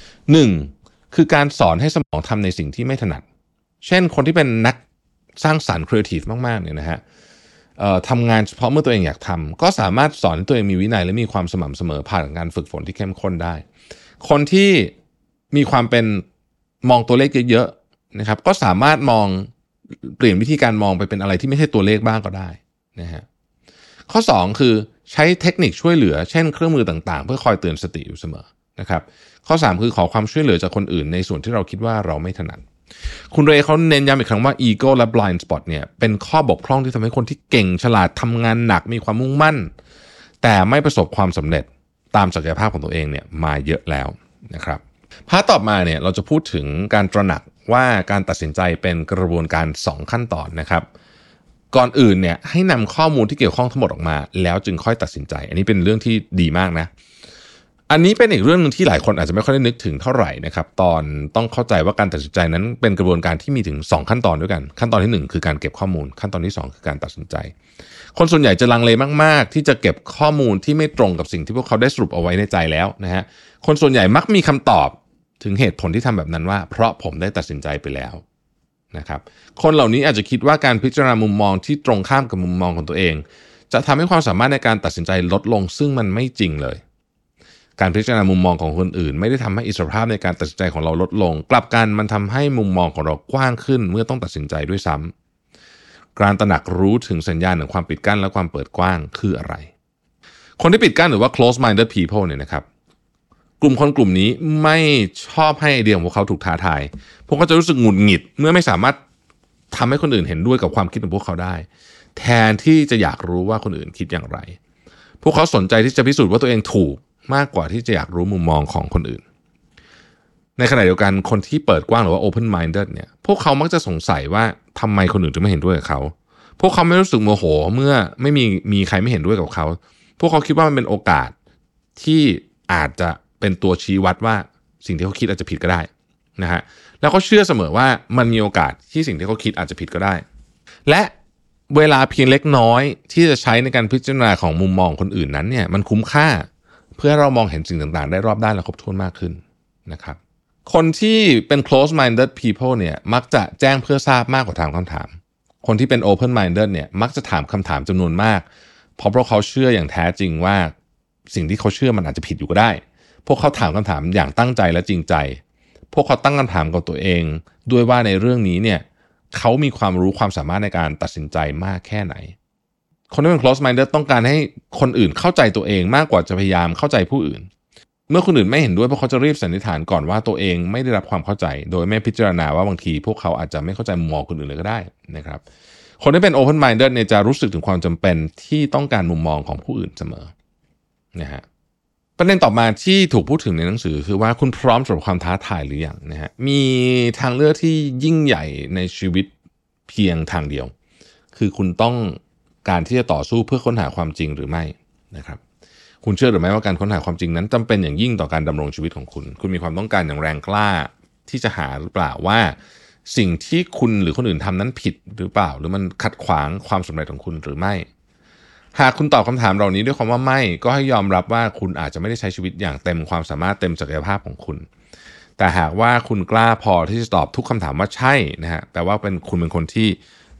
1คือการสอนให้สมองทำในสิ่งที่ไม่ถนัดเช่นคนที่เป็นนักสร้างสรรค์ครีเอทีฟมากๆเนี่ยนะฮะทำงานเฉพาะเมื่อตัวเองอยากทำก็สามารถสอนให้ตัวเองมีวินัยและมีความสม่ำเสมอผ่านการฝึกฝนที่เข้มข้นได้คนที่มีความเป็นมองตัวเลขเยอะๆนะครับก็สามารถเปลี่ยนวิธีการมองไปเป็นอะไรที่ไม่ใช่ตัวเลขบ้างก็ได้นะฮะข้อ2คือใช้เทคนิคช่วยเหลือเช่นเครื่องมือต่างๆเพื่อคอยเตือนสติอยู่เสมอนะครับข้อ3คือขอความช่วยเหลือจากคนอื่นในส่วนที่เราคิดว่าเราไม่ถนัดคุณเรย์เขาเน้นย้ำอีกครั้งว่า ego และ blind spot เนี่ยเป็นข้อบกพร่องที่ทำให้คนที่เก่งฉลาดทำงานหนักมีความมุ่งมั่นแต่ไม่ประสบความสำเร็จตามศักยภาพของตัวเองเนี่ยมาเยอะแล้วนะครับพาร์ทต่อมาเนี่ยเราจะพูดถึงการตระหนักว่าการตัดสินใจเป็นกระบวนการ2ขั้นตอนนะครับก่อนอื่นเนี่ยให้นำข้อมูลที่เกี่ยวข้องทั้งหมดออกมาแล้วจึงค่อยตัดสินใจอันนี้เป็นเรื่องที่ดีมากนะอันนี้เป็นอีกเรื่องนึงที่หลายคนอาจจะไม่ค่อยได้นึกถึงเท่าไหร่นะครับตอนต้องเข้าใจว่าการตัดสินใจนั้นเป็นกระบวนการที่มีถึง2ขั้นตอนด้วยกันขั้นตอนที่1คือการเก็บข้อมูลขั้นตอนที่2คือการตัดสินใจคนส่วนใหญ่จะลังเลมากๆที่จะเก็บข้อมูลที่ไม่ตรงกับสิ่งที่พวกเขาได้สรุปเอาไว้ในใจแล้วนะฮะคนส่วนใหญ่มักมีคำตอบถึงเหตุผลที่ทำแบบนั้นว่าเพราะผมได้ตัดสินใจไปแล้วนะครับคนเหล่านี้อาจจะคิดว่าการพิจารณามุมมองที่ตรงข้ามกับมุมมองของตัวเองจะทำให้ความสามารถในการตัดสินใจลดลงซึ่งมันไม่จริงเลยการพิจารณามุมมองของคนอื่นไม่ได้ทำให้อิสรภาพในการตัดสินใจของเราลดลงกลับกันมันทำให้มุมมองของเรากว้างขึ้นเมื่อต้องตัดสินใจด้วยซ้ำการตระหนักรู้ถึงสัญญาณของความปิดกั้นและความเปิดกว้างคืออะไรคนที่ปิดกั้นหรือว่า close minded people เนี่ยนะครับกลุ่มคนกลุ่มนี้ไม่ชอบให้ไอเดียของพวกเขาถูกท้าทายพวกเขาจะรู้สึกหงุดหงิดเมื่อไม่สามารถทำให้คนอื่นเห็นด้วยกับความคิดของพวกเขาได้แทนที่จะอยากรู้ว่าคนอื่นคิดอย่างไรพวกเขาสนใจที่จะพิสูจน์ว่าตัวเองถูกมากกว่าที่จะอยากรู้มุมมองของคนอื่นในขณะเดียวกันคนที่เปิดกว้างหรือว่า open minded เนี่ยพวกเขามักจะสงสัยว่าทำไมคนอื่นถึงไม่เห็นด้วยกับเขาพวกเขาไม่รู้สึกโมโหเมื่อไม่มีใครไม่เห็นด้วยกับเขาพวกเขาคิดว่ามันเป็นโอกาสที่อาจจะเป็นตัวชี้วัดว่าสิ่งที่เขาคิดอาจจะผิดก็ได้นะฮะแล้วเขาเชื่อเสมอว่ามันมีโอกาสที่สิ่งที่เขาคิดอาจจะผิดก็ได้และเวลาเพียงเล็กน้อยที่จะใช้ในการพิจารณาของมุมมองคนอื่นนั้นเนี่ยมันคุ้มค่าเพื่อเรามองเห็นสิ่งต่างๆได้รอบด้านและครบถ้วนมากขึ้นนะครับคนที่เป็น close minded people เนี่ยมักจะแจ้งเพื่อทราบมากกว่าถามคำถามคนที่เป็น open minded เนี่ยมักจะถามคำถามจำนวนมากเพราะเขาเชื่ออย่างแท้จริงว่าสิ่งที่เขาเชื่อมันอาจจะผิดอยู่ก็ได้พวกเขาถามคำถามอย่างตั้งใจและจริงใจพวกเขาตั้งคำถามกับตัวเองด้วยว่าในเรื่องนี้เนี่ยเขามีความรู้ความสามารถในการตัดสินใจมากแค่ไหนคนที่เป็น close minded ต้องการให้คนอื่นเข้าใจตัวเองมากกว่าจะพยายามเข้าใจผู้อื่นเมื่อคนอื่นไม่เห็นด้วยพวกเขาจะรีบสันนิษฐานก่อนว่าตัวเองไม่ได้รับความเข้าใจโดยไม่พิจารณาว่าบางทีพวกเขาอาจจะไม่เข้าใจมุมมองคนอื่นเลยก็ได้นะครับคนที่เป็น open minded เนี่ยจะรู้สึกถึงความจำเป็นที่ต้องการมุมมองของผู้อื่นเสมอนะฮะประเด็นต่อมาที่ถูกพูดถึงในหนังสือคือว่าคุณพร้อมสำหรับความท้าทายหรือยังนะฮะมีทางเลือกที่ยิ่งใหญ่ในชีวิตเพียงทางเดียวคือคุณต้องการที่จะต่อสู้เพื่อค้นหาความจริงหรือไม่นะครับคุณเชื่อหรือไม่ว่าการค้นหาความจริงนั้นจำเป็นอย่างยิ่งต่อการดำรงชีวิตของคุณมีความต้องการอย่างแรงกล้าที่จะหาหรือเปล่าว่าสิ่งที่คุณหรือคนอื่นทำนั้นผิดหรือเปล่าหรือมันขัดขวางความสำเร็จของคุณหรือไม่หากคุณตอบคำถามเหล่านี้ด้วยคำว่าไม่ก็ให้ยอมรับว่าคุณอาจจะไม่ได้ใช้ชีวิตอย่างเต็มความสามารถเต็มศักยภาพของคุณแต่หากว่าคุณกล้าพอที่จะตอบทุกคำถามว่าใช่นะฮะแปลว่าคุณเป็นคนที่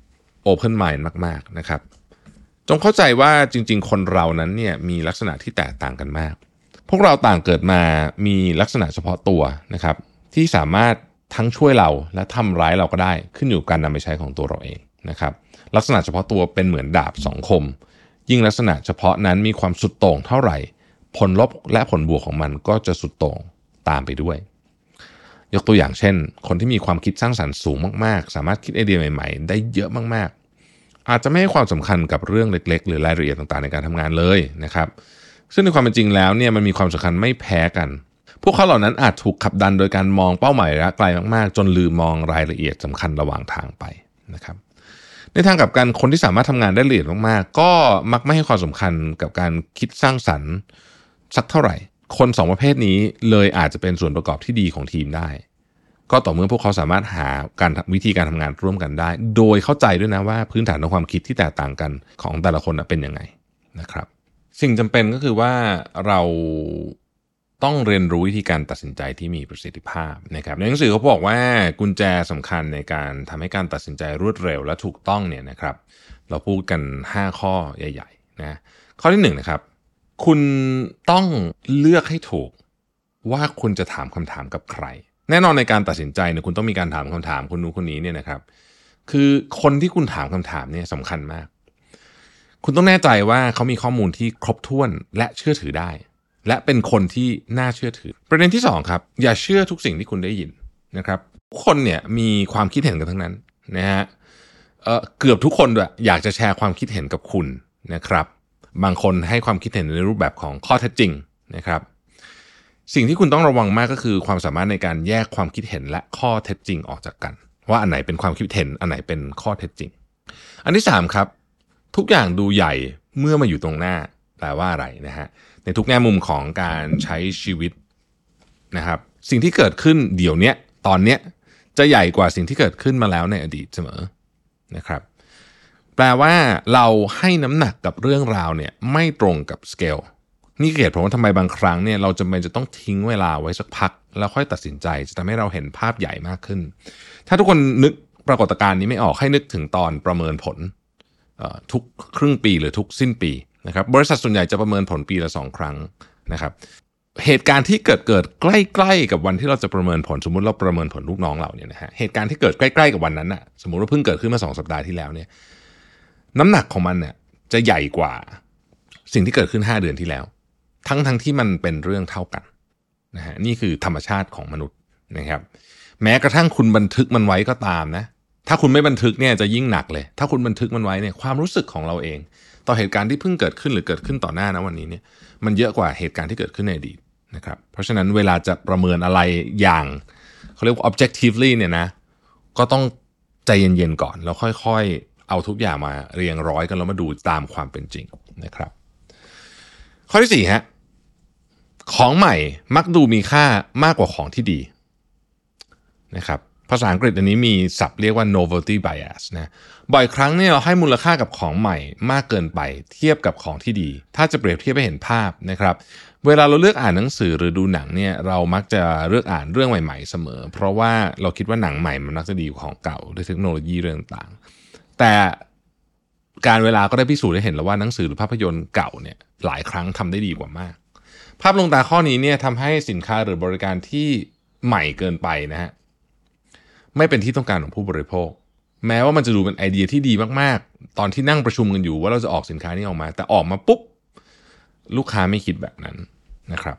open mind มากๆนะครับจงเข้าใจว่าจริงๆคนเรานั้นเนี่ยมีลักษณะที่แตกต่างกันมากพวกเราต่างเกิดมามีลักษณะเฉพาะตัวนะครับที่สามารถทั้งช่วยเราและทำร้ายเราก็ได้ขึ้นอยู่กับการนำไปใช้ของตัวเราเองนะครับลักษณะเฉพาะตัวเป็นเหมือนดาบสองคมยิ่งลักษณะเฉพาะนั้นมีความสุดโต่งเท่าไหร่ผลลบและผลบวกของมันก็จะสุดโต่งตามไปด้วยยกตัวอย่างเช่นคนที่มีความคิดสร้างสรรค์สูงมากๆสามารถคิดไอเดียใหม่ๆได้เยอะมากๆอาจจะไม่ให้ความสำคัญกับเรื่องเล็กๆหรือรายละเอียดต่างๆในการทำงานเลยนะครับซึ่งในความเป็นจริงแล้วเนี่ยมันมีความสำคัญไม่แพ้กันพวกเขาเหล่านั้นอาจถูกขับดันโดยการมองเป้าหมายระยะไกลมากๆจนลืมมองรายละเอียดสำคัญระหว่างทางไปนะครับในทางกลับกันคนที่สามารถทำงานได้ละเอียดมากๆก็มักไม่ให้ความสำคัญกับการคิดสร้างสรรค์สักเท่าไหร่คนสองประเภทนี้เลยอาจจะเป็นส่วนประกอบที่ดีของทีมได้ก็ต่อเมื่อพวกเขาสามารถหาวิธีการทำงานร่วมกันได้โดยเข้าใจด้วยนะว่าพื้นฐานของความคิดที่แตกต่างกันของแต่ละคนเป็นยังไงนะครับสิ่งจำเป็นก็คือว่าเราต้องเรียนรู้วิธีการตัดสินใจที่มีประสิทธิภาพนะครับในหนังสือเขาบอกว่ากุญแจสำคัญในการทำให้การตัดสินใจรวดเร็วและถูกต้องเนี่ยนะครับเราพูดกัน5ข้อใหญ่ๆนะข้อที่1นะครับคุณต้องเลือกให้ถูกว่าคุณจะถามคำถามกับใครแน่นอนในการตัดสินใจเนี่ยคุณต้องมีการถามคำถามคนนู้นคนนี้เนี่ยนะครับคือคนที่คุณถามคำถามเนี่ยสำคัญมากคุณต้องแน่ใจว่าเขามีข้อมูลที่ครบถ้วนและเชื่อถือได้และเป็นคนที่น่าเชื่อถือประเด็นที่2ครับอย่าเชื่อทุกสิ่งที่คุณได้ยินนะครับทุกคนเนี่ยมีความคิดเห็นกันทั้งนั้นนะฮะเกือบทุกคนด้วยอยากจะแชร์ความคิดเห็นกับคุณนะครับบางคนให้ความคิดเห็นในรูปแบบของข้อเท็จจริงนะครับสิ่งที่คุณต้องระวังมากก็คือความสามารถในการแยกความคิดเห็นและข้อเท็จจริงออกจากกันว่าอันไหนเป็นความคิดเห็นอันไหนเป็นข้อเท็จจริงอันที่3ครับทุกอย่างดูใหญ่เมื่อมาอยู่ตรงหน้าแปลว่าอะไรนะฮะในทุกแง่มุมของการใช้ชีวิตนะครับสิ่งที่เกิดขึ้นเดี๋ยวนี้ตอนนี้จะใหญ่กว่าสิ่งที่เกิดขึ้นมาแล้วในอดีตเสมอนะครับแปลว่าเราให้น้ำหนักกับเรื่องราวเนี่ยไม่ตรงกับสเกลนี่เหตุผลว่าทำไมบางครั้งเนี่ยเราจำเป็นจะต้องทิ้งเวลาไว้สักพักแล้วค่อยตัดสินใจจะทำให้เราเห็นภาพใหญ่มากขึ้นถ้าทุกคนนึกปรากฏการณ์นี้ไม่ออกให้นึกถึงตอนประเมินผลทุกครึ่งปีหรือทุกสิ้นปีนะครับบริษัทส่วนใหญ่จะประเมินผลปีละ2ครั้งนะครับเหตุการณ์ที่เกิดใกล้ๆกับวันที่เราจะประเมินผลสมมุติเราประเมินผลลูกน้องเราเนี่ยนะฮะเหตุการณ์ที่เกิดใกล้ๆกับวันนั้นน่ะสมมุติว่าเพิ่งเกิดขึ้นมา2สัปดาห์ที่แล้วเนี่ยน้ำหนักของมันเนี่ยจะใหญ่กว่าสิ่งที่เกิดขึ้น5เดือนที่แล้วทั้งที่มันเป็นเรื่องเท่ากันนะฮะนี่คือธรรมชาติของมนุษย์นะครับแม้กระทั่งคุณบันทึกมันไว้ก็ตามนะถ้าคุณไม่บันทึกเนี่ยจะยิ่งหนักเลยถ้าคุณบันทึกมันไว้เนี่ยความรู้สึกของเราเองต่อเหตุการณ์ที่เพิ่งเกิดขึ้นหรือเกิดขึ้นต่อหน้านะวันนี้เนี่ยมันเยอะกว่าเหตุการณ์ที่เกิดขึ้นในอดีตนะครับเพราะฉะนั้นเวลาจะประเมินอะไรอย่างเขาเรียกว่า objectively เนี่ยนะก็ต้องใจเย็นๆก่อนแล้วค่อยๆเอาทุกอย่างมาเรียงร้อยกันแล้วมาดูตามความเป็นจริงนะครับข้อที่4ฮะของใหม่มักดูมีค่ามากกว่าของที่ดีนะครับภาษาอังกฤษอันนี้มีศัพท์เรียกว่า novelty bias นะบ่อยครั้งเนี่ยเราให้มูลค่ากับของใหม่มากเกินไปเทียบกับของที่ดีถ้าจะเปรียบเทียบให้เห็นภาพนะครับเวลาเราเลือกอ่านหนังสือหรือดูหนังเนี่ยเรามักจะเลือกอ่านเรื่องใหม่ๆเสมอเพราะว่าเราคิดว่าหนังใหม่มันมักจะดีกว่าของเก่าด้วยเทคโนโลยีเรื่องต่างแต่การเวลาก็ได้พิสูจน์ให้เห็นแล้วว่าหนังสือหรือภาพยนตร์เก่าเนี่ยหลายครั้งทำได้ดีกว่ามากภาพลวงตาข้อนี้เนี่ยทำให้สินค้าหรือบริการที่ใหม่เกินไปนะฮะไม่เป็นที่ต้องการของผู้บริโภคแม้ว่ามันจะดูเป็นไอเดียที่ดีมากๆตอนที่นั่งประชุมกันอยู่ว่าเราจะออกสินค้านี้ออกมาแต่ออกมาปุ๊บลูกค้าไม่คิดแบบนั้นนะครับ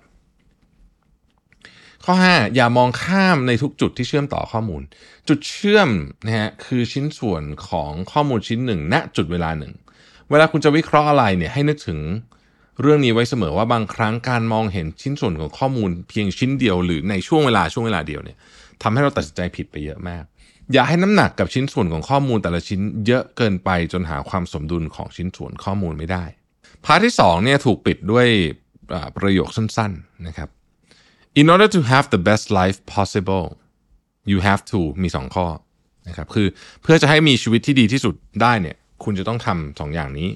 ข้อ5อย่ามองข้ามในทุกจุดที่เชื่อมต่อข้อมูลจุดเชื่อมนะฮะคือชิ้นส่วนของข้อมูลชิ้นหนึ่งณจุดเวลาหนึ่งเวลาคุณจะวิเคราะห์อะไรเนี่ยให้นึกถึงเรื่องนี้ไว้เสมอว่าบางครั้งการมองเห็นชิ้นส่วนของข้อมูลเพียงชิ้นเดียวหรือในช่วงเวลาเดียวเนี่ยทำให้เราตัดสินใจผิดไปเยอะมากอย่าให้น้ำหนักกับชิ้นส่วนของข้อมูลแต่ละชิ้นเยอะเกินไปจนหาความสมดุลของชิ้นส่วนข้อมูลไม่ได้พาร์ทที่2เนี่ยถูกปิดด้วยประโยคสั้นๆนะครับ In order to have the best life possible you have to มี2ข้อนะครับคือเพื่อจะให้มีชีวิตที่ดีที่สุดได้เนี่ยคุณจะต้องทำ2อย่างนี้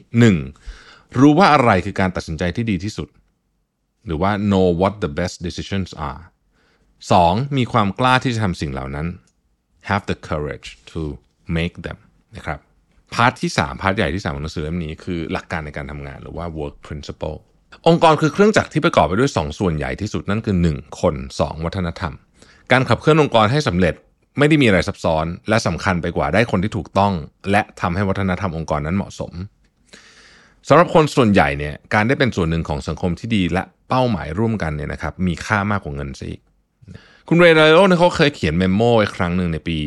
1. รู้ว่าอะไรคือการตัดสินใจที่ดีที่สุดหรือว่า know what the best decisions are 2. มีความกล้าที่จะทำสิ่งเหล่านั้น have the courage to make them นะครับพาร์ทที่3พาร์ทใหญ่ที่3ของหนังสือเล่มนี้คือหลักการในการทำงานหรือว่า work principle องค์กรคือเครื่องจักรที่ประกอบไปด้วย2ส่วนใหญ่ที่สุดนั่นคือ1คน2วัฒนธรรมการขับเคลื่อนองค์กรให้สำเร็จไม่ได้มีอะไรซับซ้อนและสำคัญไปกว่าได้คนที่ถูกต้องและทำให้วัฒนธรรมองค์กรนั้นเหมาะสมสำหรับคนส่วนใหญ่เนี่ยการได้เป็นส่วนหนึ่งของสังคมที่ดีและเป้าหมายร่วมกันเนี่ยนะครับมีค่ามากกว่าเงินซะอีกคุณเรย์ ดาลิโอเนี่ยเขาเคยเขียนเมมโมไว้ครั้งหนึ่งในปี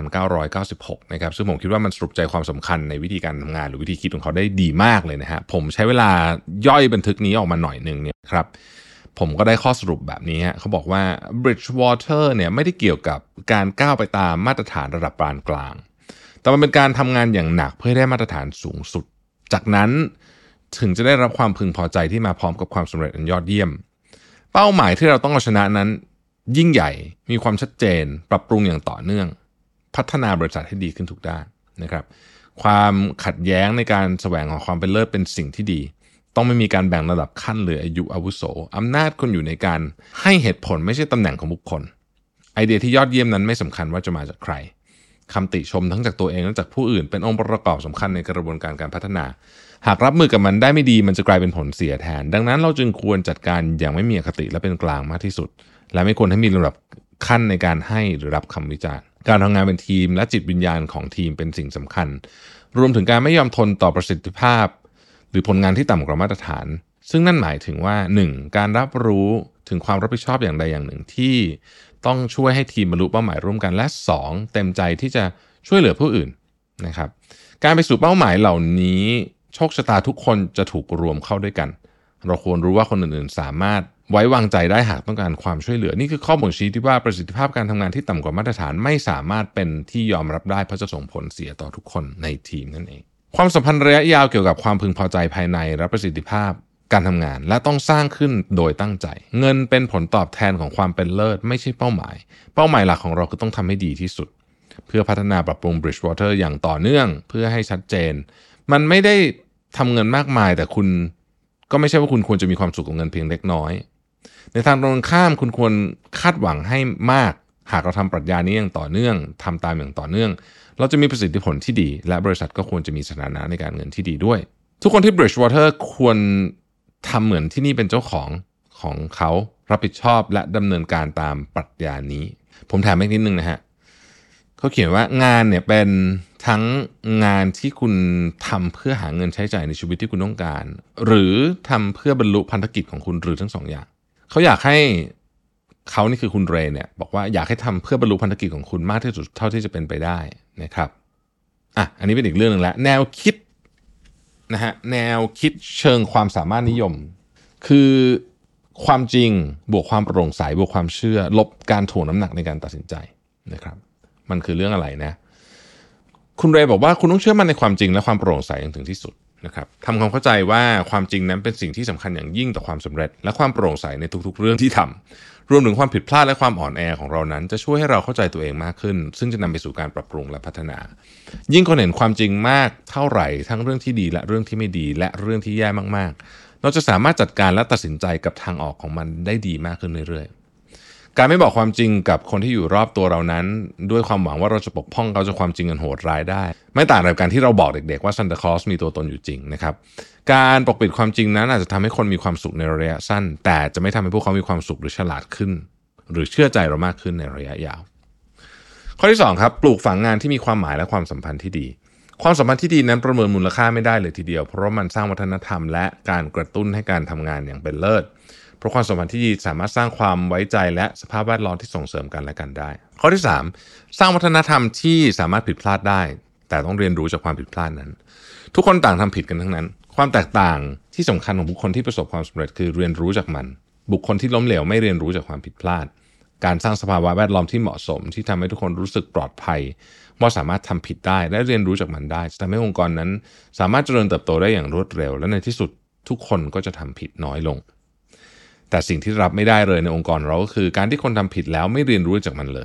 1996 นะครับซึ่งผมคิดว่ามันสรุปใจความสำคัญในวิธีการทำงานหรือวิธีคิดของเขาได้ดีมากเลยนะฮะผมใช้เวลาย่อยบันทึกนี้ออกมาหน่อยนึงเนี่ยครับผมก็ได้ข้อสรุปแบบนี้ฮะเขาบอกว่า Bridgewater เนี่ยไม่ได้เกี่ยวกับการก้าวไปตามมาตรฐานระดับปานกลางแต่มันเป็นการทำงานอย่างหนักเพื่อให้ได้มาตรฐานสูงสุดจากนั้นถึงจะได้รับความพึงพอใจที่มาพร้อมกับความสำเร็จอันยอดเยี่ยมเป้าหมายที่เราต้องเอาชนะนั้นยิ่งใหญ่มีความชัดเจนปรับปรุงอย่างต่อเนื่องพัฒนาบริษัทให้ดีขึ้นทุกด้านนะครับความขัดแย้งในการแสวงหาความเป็นเลิศเป็นสิ่งที่ดีต้องไม่มีการแบ่งระดับขั้นหรืออายุอาวุโสอำนาจคนอยู่ในการให้เหตุผลไม่ใช่ตำแหน่งของบุคคลไอเดียที่ยอดเยี่ยมนั้นไม่สำคัญว่าจะมาจากใครคำติชมทั้งจากตัวเองและจากผู้อื่นเป็นองค์ประกอบสำคัญในกระบวนการการพัฒนาหากรับมือกับมันได้ไม่ดีมันจะกลายเป็นผลเสียแทนดังนั้นเราจึงควรจัดการอย่างไม่มีอคติและเป็นกลางมากที่สุดและไม่ควรให้มีลำดับขั้นในการให้หรือรับคำวิจารณ์การทำงานเป็นทีมและจิตวิญญาณของทีมเป็นสิ่งสำคัญรวมถึงการไม่ยอมทนต่อประสิทธิภาพหรือผลงานที่ต่ำกว่ามาตรฐานซึ่งนั่นหมายถึงว่า 1. การรับรู้ถึงความรับผิดชอบอย่างใดอย่างหนึ่งที่ต้องช่วยให้ทีมบรรลุเป้าหมายร่วมกันและ 2. เต็มใจที่จะช่วยเหลือผู้อื่นนะครับการไปสู่เป้าหมายเหล่านี้โชคชะตาทุกคนจะถูกรวมเข้าด้วยกันเราควรรู้ว่าคนอื่นๆสามารถไว้วางใจได้หากต้องการความช่วยเหลือนี่คือข้อบ่งชี้ที่ว่าประสิทธิภาพการทำงานที่ต่ำกว่ามาตรฐานไม่สามารถเป็นที่ยอมรับได้เพราะจะส่งผลเสียต่อทุกคนในทีมนั่นเองความสัมพันธ์ระยะยาวเกี่ยวกับความพึงพอใจภายในและประสิทธิภาพการทำงานและต้องสร้างขึ้นโดยตั้งใจเงินเป็นผลตอบแทนของความเป็นเลิศไม่ใช่เป้าหมายหลักของเราคือต้องทำให้ดีที่สุดเพื่อพัฒนาปรับปรุง Bridgewater อย่างต่อเนื่องเพื่อให้ชัดเจนมันไม่ได้ทำเงินมากมายแต่คุณก็ไม่ใช่ว่าคุณควรจะมีความสุขกับเงินเพียงเล็กน้อยในทางตรงข้ามคุณควรคาดหวังให้มากหากเราทำปรัชญานี้อย่างต่อเนื่องทำตามอย่างต่อเนื่องเราจะมีประสิทธิผลที่ดีและบริษัทก็ควรจะมีสถานะในการเงินที่ดีด้วยทุกคนที่ Bridgewater ควรทำเหมือนที่นี่เป็นเจ้าของเขารับผิดชอบและดำเนินการตามปรัชญานี้ผมแถมอีกนิดนึงนะฮะเขาเขียนว่างานเนี่ยเป็นทั้งงานที่คุณทำเพื่อหาเงินใช้จ่ายในชีวิตที่คุณต้องการหรือทำเพื่อบรรลุพันธกิจของคุณหรือทั้งสองอย่างเขาอยากให้เขานี่คือคุณเรย์เนี่ยบอกว่าอยากให้ทำเพื่อบรรลุพันธกิจของคุณมากที่สุดเท่าที่จะเป็นไปได้นะครับอันนี้เป็นอีกเรื่องนึงแล้วแนวคิดนะฮะแนวคิดเชิงความสามารถนิยมคือความจริงบวกความโปร่งใสบวกความเชื่อลบการถ่วงน้ำหนักในการตัดสินใจนะครับมันคือเรื่องอะไรนะคุณเรย์บอกว่าคุณต้องเชื่อมั่นในความจริงและความโปร่งใสอย่างถึงที่สุดนะครับทำความเข้าใจว่าความจริงนั้นเป็นสิ่งที่สำคัญอย่างยิ่งต่อความสำเร็จและความโปร่งใสในทุกๆเรื่องที่ทำรวมถึงความผิดพลาดและความอ่อนแอของเรานั้นจะช่วยให้เราเข้าใจตัวเองมากขึ้นซึ่งจะนำไปสู่การปรับปรุงและพัฒนายิ่งคนเห็นความจริงมากเท่าไหร่ทั้งเรื่องที่ดีและเรื่องที่ไม่ดีและเรื่องที่แย่มากๆเราจะสามารถจัดการและตัดสินใจกับทางออกของมันได้ดีมากขึ้นเรื่อยๆการไม่บอกความจริงกับคนที่อยู่รอบตัวเรานั้นด้วยความหวังว่าเราจะปกป้องเขาจากความจริงอันโหดร้ายได้ไม่ต่างจากการที่เราบอกเด็กๆว่าซันตาคลอสมีตัวตนอยู่จริงนะครับการปกปิดความจริงนั้นอาจจะทำให้คนมีความสุขในระยะสั้นแต่จะไม่ทำให้พวกเขามีความสุขหรือฉลาดขึ้นหรือเชื่อใจเรามากขึ้นในระยะยาวข้อที่2ครับปลูกฝังงานที่มีความหมายและความสัมพันธ์ที่ดีความสัมพันธ์ที่ดีนั้นประเมินมูลค่าไม่ได้เลยทีเดียวเพราะมันสร้างวัฒนธรรมและการกระตุ้นให้การทำงานอย่างเป็นเลิศเพราะความสัมพันธ์ที่ดีสามารถสร้างความไว้ใจและสภาพแวดล้อมที่ส่งเสริมกันและกันได้ข้อที่3สร้างวัฒนธรรมที่สามารถผิดพลาดได้แต่ต้องเรียนรู้จากความผิดพลาดนั้นทุกคนต่างทำผิดกันทั้งนั้นความแตกต่างที่สำคัญของบุคคลที่ประสบความสำเร็จคือเรียนรู้จากมันบุคคลที่ล้มเหลวไม่เรียนรู้จากความผิดพลาดการสร้างสภาวะแวดล้อมที่เหมาะสมที่ทำให้ทุกคนรู้สึกปลอดภัยว่าสามารถทำผิดได้และเรียนรู้จากมันได้จะทำให้องค์กรนั้นสามารถเจริญเติบโตได้อย่างรวดเร็วและในที่สุดทุกคนก็จะทำผิดน้อยลงแต่สิ่งที่รับไม่ได้เลยในองค์กรเราก็คือการที่คนทำผิดแล้วไม่เรียนรู้จากมันเลย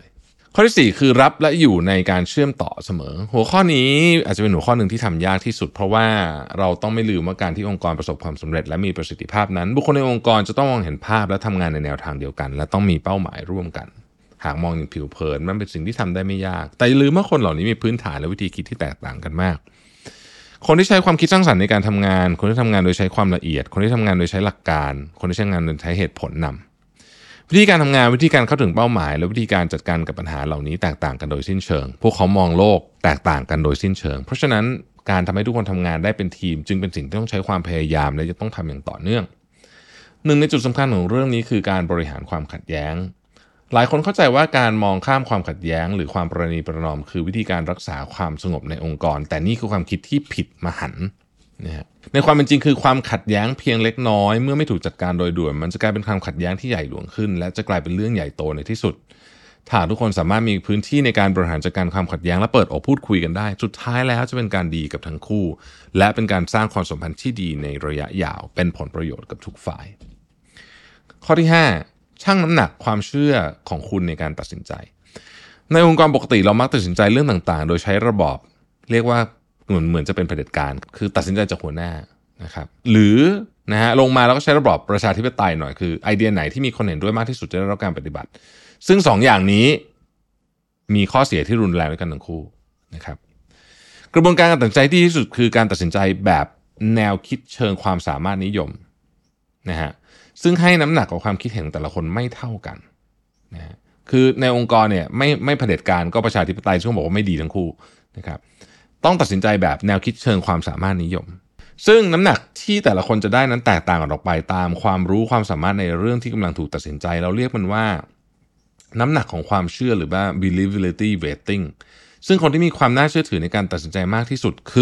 ข้อที่4คือรับและอยู่ในการเชื่อมต่อเสมอหัวข้อนี้อาจจะเป็นหัวข้อหนึ่งที่ทำยากที่สุดเพราะว่าเราต้องไม่ลืมว่าการที่องค์กรประสบความสำเร็จและมีประสิทธิภาพนั้นบุคคลในองค์กรจะต้องมองเห็นภาพและทำงานในแนวทางเดียวกันและต้องมีเป้าหมายร่วมกันหากมองอย่างผิวเผินมันเป็นสิ่งที่ทำได้ไม่ยากแต่อย่าลืมว่าคนเหล่านี้มีพื้นฐานและวิธีคิดที่แตกต่างกันมากคนที่ใช้ความคิดสร้างสรรค์ในการทำงานคนที่ทำงานโดยใช้ความละเอียดคนที่ทำงานโดยใช้หลักการคนที่ใช้งานโดยใช้เหตุผลนำวิธีการทำงานวิธีการเข้าถึงเป้าหมายและวิธีการจัดการกับปัญหาเหล่านี้แตกต่างกันโดยสิ้นเชิงพวกเขามองโลกแตกต่างกันโดยสิ้นเชิงเพราะฉะนั้นการทำให้ทุกคนทำงานได้เป็นทีมจึงเป็นสิ่งที่ต้องใช้ความพยายามและจะต้องทำอย่างต่อเนื่องหนึ่งในจุดสำคัญของเรื่องนี้คือการบริหารความขัดแย้งหลายคนเข้าใจว่าการมองข้ามความขัดแย้งหรือความประนีประนอมคือวิธีการรักษาความสงบในองค์กรแต่นี่คือความคิดที่ผิดมหันต์นะฮะในความเป็นจริงคือความขัดแย้งเพียงเล็กน้อยเมื่อไม่ถูกจัดการโดยด่วนมันจะกลายเป็นความขัดแย้งที่ใหญ่หลวงขึ้นและจะกลายเป็นเรื่องใหญ่โตในที่สุดถ้าทุกคนสามารถมีพื้นที่ในการบริหารจัดการความขัดแย้งและเปิดอกพูดคุยกันได้สุดท้ายแล้วจะเป็นการดีกับทั้งคู่และเป็นการสร้างความสัมพันธ์ที่ดีในระยะยาวเป็นผลประโยชน์กับทุกฝ่ายข้อที่5ชั่งน้ำหนักความเชื่อของคุณในการตัดสินใจในองค์กรปกติเรามักตัดสินใจเรื่องต่างๆโดยใช้ระบอบเรียกว่าเหมือนจะเป็นเผด็จการคือตัดสินใจจากหัวหน้านะครับหรือนะฮะลงมาแล้วก็ใช้ระบอบประชาธิปไตยหน่อยคือไอเดียไหนที่มีคนเห็นด้วยมากที่สุดจะได้รับการปฏิบัติซึ่ง2 อย่างนี้มีข้อเสียที่รุนแรงด้วยกันทั้งคู่นะครับกระบวนการตัดสินใจที่ดีที่สุดคือการตัดสินใจแบบแนวคิดเชิงความสามารถนิยมนะฮะซึ่งให้น้ำหนักกับความคิดเห็นของแต่ละคนไม่เท่ากันนะฮะคือในองค์กรเนี่ยไม่เผด็จการก็ประชาธิปไตยซึ่งบอกว่าไม่ดีทั้งคู่นะครับต้องตัดสินใจแบบแนวคิดเชิงความสามารถนิยมซึ่งน้ำหนักที่แต่ละคนจะได้นั้นแตกต่างกันออกไปตามความรู้ความสามารถในเรื่องที่กำลังถูกตัดสินใจเราเรียกมันว่าน้ำหนักของความเชื่อหรือว่า believability weighting ซึ่งคนที่มีความน่าเชื่อถือในการตัดสินใจมากที่สุดคือ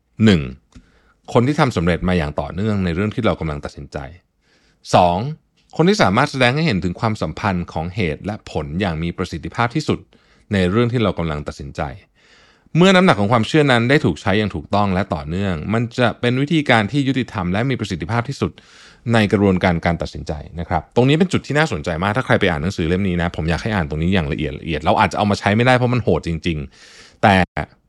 1. คนที่ทำสำเร็จมาอย่างต่อเนื่องในเรื่องที่เรากำลังตัดสินใจ 2. คนที่สามารถแสดงให้เห็นถึงความสัมพันธ์ของเหตุและผลอย่างมีประสิทธิภาพที่สุดในเรื่องที่เรากำลังตัดสินใจเมื่อน้ำหนักของความเชื่อนั้นได้ถูกใช้อย่างถูกต้องและต่อเนื่องมันจะเป็นวิธีการที่ยุติธรรมและมีประสิทธิภาพที่สุดในกระบวนการตัดสินใจนะครับตรงนี้เป็นจุดที่น่าสนใจมากถ้าใครไปอ่านหนังสือเล่มนี้นะผมอยากให้อ่านตรงนี้อย่างละเอียดเราอาจจะเอามาใช้ไม่ได้เพราะมันโหดจริงๆแต่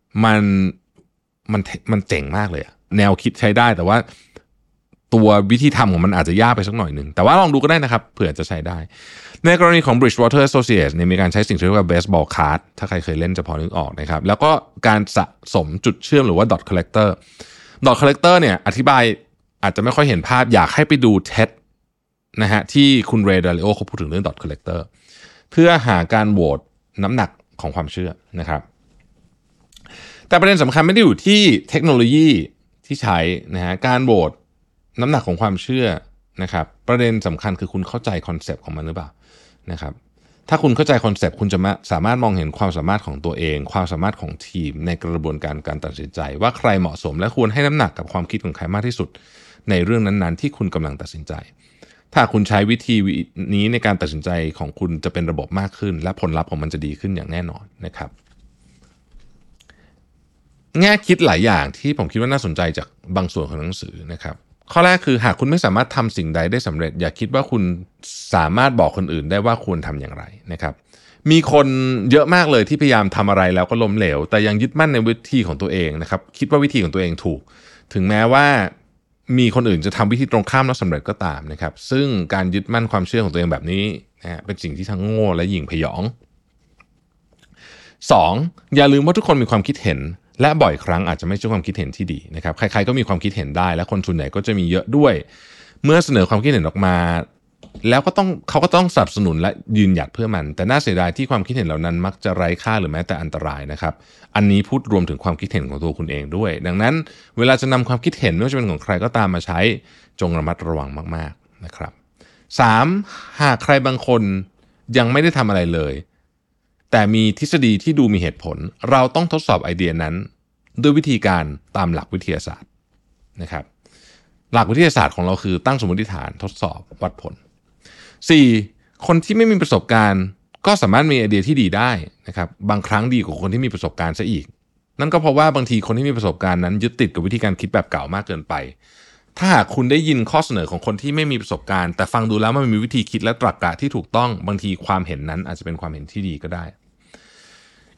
มันเจ๋งมากเลยแนวคิดใช้ได้แต่ว่าตัววิธีทำของมันอาจจะยากไปสักหน่อยนึงแต่ว่าลองดูก็ได้นะครับเผื่อจะใช้ได้ในกรณีของ Bridgewater Associates เนี่ยมีการใช้สิ่งที่เรียกว่า baseball card ถ้าใครเคยเล่นจะพอนึกออกนะครับแล้วก็การสะสมจุดเชื่อมหรือว่า dot collector เนี่ยอธิบายอาจจะไม่ค่อยเห็นภาพอยากให้ไปดู TED นะฮะที่คุณเรย์ ดาลิโอเขาพูดถึงเรื่อง dot collector เพื่อหาการโหวตน้ำหนักของความเชื่อนะครับแต่ประเด็นสำคัญไม่ได้อยู่ที่เทคโนโลยีที่ใช้นะฮะการโหวตน้ำหนักของความเชื่อนะครับประเด็นสำคัญคือคุณเข้าใจคอนเซปต์ของมันหรือเปล่านะครับถ้าคุณเข้าใจคอนเซปต์คุณจะสามารถมองเห็นความสามารถของตัวเองความสามารถของทีมในกระบวนการตัดสินใจว่าใครเหมาะสมและควรให้น้ำหนักกับความคิดของใครมากที่สุดในเรื่องนั้นๆที่คุณกำลังตัดสินใจถ้าคุณใช้วิธีนี้ในการตัดสินใจของคุณจะเป็นระบบมากขึ้นและผลลัพธ์ของมันจะดีขึ้นอย่างแน่นอนนะครับแง่คิดหลายอย่างที่ผมคิดว่าน่าสนใจจากบางส่วนของหนังสือนะครับข้อแรกคือหากคุณไม่สามารถทำสิ่งใดได้สำเร็จอย่าคิดว่าคุณสามารถบอกคนอื่นได้ว่าควรทำอย่างไรนะครับมีคนเยอะมากเลยที่พยายามทำอะไรแล้วก็ล้มเหลวแต่ยังยึดมั่นในวิธีของตัวเองนะครับคิดว่าวิธีของตัวเองถูกถึงแม้ว่ามีคนอื่นจะทำวิธีตรงข้ามแล้วสำเร็จก็ตามนะครับซึ่งการยึดมั่นความเชื่อของตัวเองแบบนี้นะฮะเป็นสิ่งที่ทั้งโง่และหยิ่งพยอง 2. อย่าลืมว่าทุกคนมีความคิดเห็นและบ่อยครั้งอาจจะไม่ใช่ความคิดเห็นที่ดีนะครับใครๆก็มีความคิดเห็นได้และคนส่วนใหญ่ก็จะมีเยอะด้วยเมื่อเสนอความคิดเห็นออกมาแล้วเขาก็ต้องสนับสนุนและยืนหยัดเพื่อมันแต่น่าเสียดายที่ความคิดเห็นเหล่านั้นมักจะไร้ค่าหรือแม้แต่อันตรายนะครับอันนี้พูดรวมถึงความคิดเห็นของตัวคุณเองด้วยดังนั้นเวลาจะนำความคิดเห็นไม่ว่าจะเป็นของใครก็ตามมาใช้จงระมัดระวังมากๆนะครับ 3. หากใครบางคนยังไม่ได้ทำอะไรเลยแต่มีทฤษฎีที่ดูมีเหตุผลเราต้องทดสอบไอเดียนั้นด้วยวิธีการตามหลักวิทยาศาสตร์นะครับหลักวิทยาศาสตร์ของเราคือตั้งสมมติฐานทดสอบวัดผล 4. คนที่ไม่มีประสบการณ์ก็สามารถมีไอเดียที่ดีได้นะครับบางครั้งดีกว่าคนที่มีประสบการณ์ซะอีกนั่นก็เพราะว่าบางทีคนที่มีประสบการณ์นั้นยึดติดกับวิธีการคิดแบบเก่ามากเกินไปถ้าหากคุณได้ยินข้อเสนอของคนที่ไม่มีประสบการณ์แต่ฟังดูแล้วมันมีวิธีคิดและตรรกะที่ถูกต้องบางทีความเห็นนั้นอาจจะเป็นความเห็นที่ดีก็ได้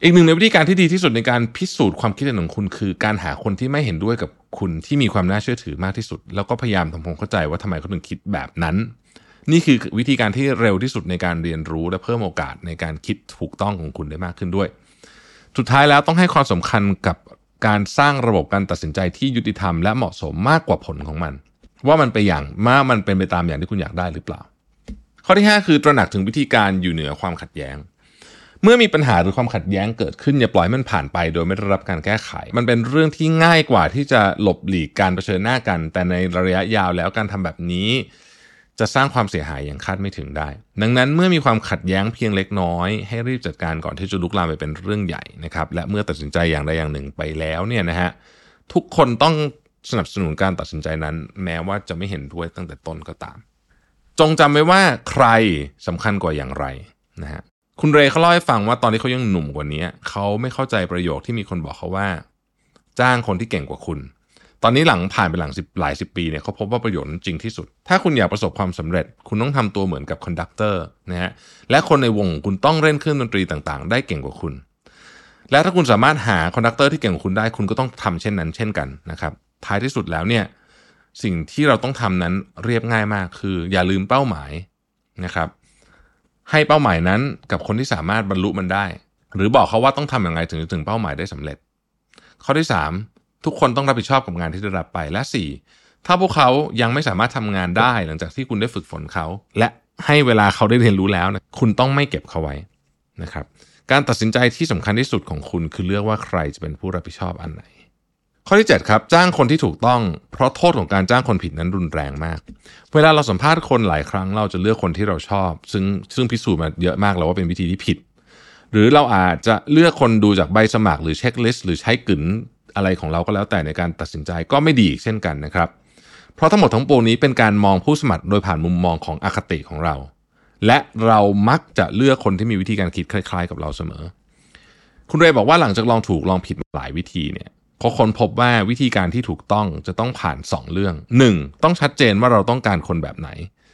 อีกหนึ่งในวิธีการที่ดีที่สุดในการพิสูจน์ความคิดเห็นของคุณคือการหาคนที่ไม่เห็นด้วยกับคุณที่มีความน่าเชื่อถือมากที่สุดแล้วก็พยายามทำความเข้าใจว่าทำไมเขาถึงคิดแบบนั้นนี่คือวิธีการที่เร็วที่สุดในการเรียนรู้และเพิ่มโอกาสในการคิดถูกต้องของคุณได้มากขึ้นด้วยสุดท้ายแล้วต้องให้ความสำคัญกับการสร้างระบบการตัดสินใจที่ยุติธรรมและเหมาะสมมากกว่าผลของมันว่ามันเป็นไปตามอย่างที่คุณอยากได้หรือเปล่าข้อที่5คือตระหนักถึงวิธีการอยู่เหนือความขัดแย้งเมื่อมีปัญหาหรือความขัดแย้งเกิดขึ้นอย่าปล่อยมันผ่านไปโดยไม่ได้รับการแก้ไขมันเป็นเรื่องที่ง่ายกว่าที่จะหลบหลีกการเผชิญหน้ากันแต่ในระยะยาวแล้วการทำแบบนี้จะสร้างความเสียหายอย่างคาดไม่ถึงได้ดังนั้นเมื่อมีความขัดแย้งเพียงเล็กน้อยให้รีบจัดการก่อนที่จะลุกลามไปเป็นเรื่องใหญ่นะครับและเมื่อตัดสินใจอย่างใดอย่างหนึ่งไปแล้วเนี่ยนะฮะทุกคนต้องสนับสนุนการตัดสินใจนั้นแม้ว่าจะไม่เห็นด้วยตั้งแต่ต้นก็ตามจงจำไว้ว่าใครสำคัญกว่าอย่างไรนะฮะคุณเรย์เขาเล่าให้ฟังว่าตอนที่เขายังหนุ่มกว่านี้เขาไม่เข้าใจประโยคที่มีคนบอกเขาว่าจ้างคนที่เก่งกว่าคุณตอนนี้ผ่านไปหลายสิบปีเนี่ยเขาพบว่าประโยชน์นั้นจริงที่สุดถ้าคุณอยากประสบความสำเร็จคุณต้องทำตัวเหมือนกับคอนดักเตอร์นะฮะและคนในวงคุณต้องเล่นเครื่องดนตรีต่างๆได้เก่งกว่าคุณและถ้าคุณสามารถหาคอนดักเตอร์ที่เก่งกว่าคุณได้คุณก็ต้องทำเช่นนั้นเช่นกันนะครับท้ายที่สุดแล้วเนี่ยสิ่งที่เราต้องทำนั้นเรียบง่ายมากคืออย่าลืมเป้าหมายนะครับให้เป้าหมายนั้นกับคนที่สามารถบรรลุมันได้หรือบอกเขาว่าต้องทำอย่างไรถึงเป้าหมายได้สำเร็จข้อที่3ทุกคนต้องรับผิดชอบกับงานที่ได้รับไปและ4ถ้าพวกเขายังไม่สามารถทำงานได้หลังจากที่คุณได้ฝึกฝนเขาและให้เวลาเขาได้เรียนรู้แล้วนะคุณต้องไม่เก็บเขาไว้นะครับการตัดสินใจที่สำคัญที่สุดของคุณคือเลือกว่าใครจะเป็นผู้รับผิดชอบอันไหนข้อที่7ครับจ้างคนที่ถูกต้องเพราะโทษของการจ้างคนผิดนั้นรุนแรงมากเวลาเราสัมภาษณ์คนหลายครั้งเราจะเลือกคนที่เราชอบซึ่งพิสูจน์มาเยอะมากแล้วว่าเป็นวิธีที่ผิดหรือเราอาจจะเลือกคนดูจากใบสมัครหรือเช็คลิสต์หรือใช้กึ๋นอะไรของเราก็แล้วแต่ในการตัดสินใจก็ไม่ดีเช่นกันนะครับเพราะทั้งหมดทั้งปวงนี้เป็นการมองผู้สมัครโดยผ่านมุมมองของอคติของเราและเรามักจะเลือกคนที่มีวิธีการคิดคล้ายๆกับเราเสมอคุณเรย์บอกว่าหลังจากลองถูกลองผิดหลายวิธีเนี่ยเขาค้นพบว่าวิธีการที่ถูกต้องจะต้องผ่าน2เรื่อง1ต้องชัดเจนว่าเราต้องการคนแบบไหน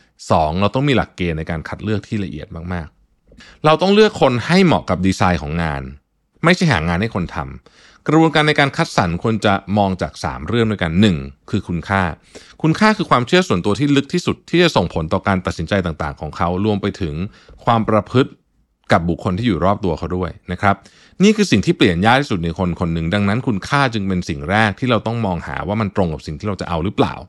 2เราต้องมีหลักเกณฑ์ในการคัดเลือกที่ละเอียดมากๆเราต้องเลือกคนให้เหมาะกับดีไซน์ของงานไม่ใช่หางานให้คนทำกระบวนการในการคัดสรรควรจะมองจาก3เรื่องด้วยกัน1คือคุณค่าคือความเชื่อส่วนตัวที่ลึกที่สุดที่จะส่งผลต่อการตัดสินใจต่างๆของเขารวมไปถึงความประพฤติกับบุคคลที่อยู่รอบตัวเขาด้วยนะครับนี่คือสิ่งที่เปลี่ยนยากที่สุดในคนคนหนึ่งดังนั้นคุณค่าจึงเป็นสิ่งแรกที่เราต้องมองหาว่ามันตรงกับสิ่งที่เราจะเอาหรือเปล่า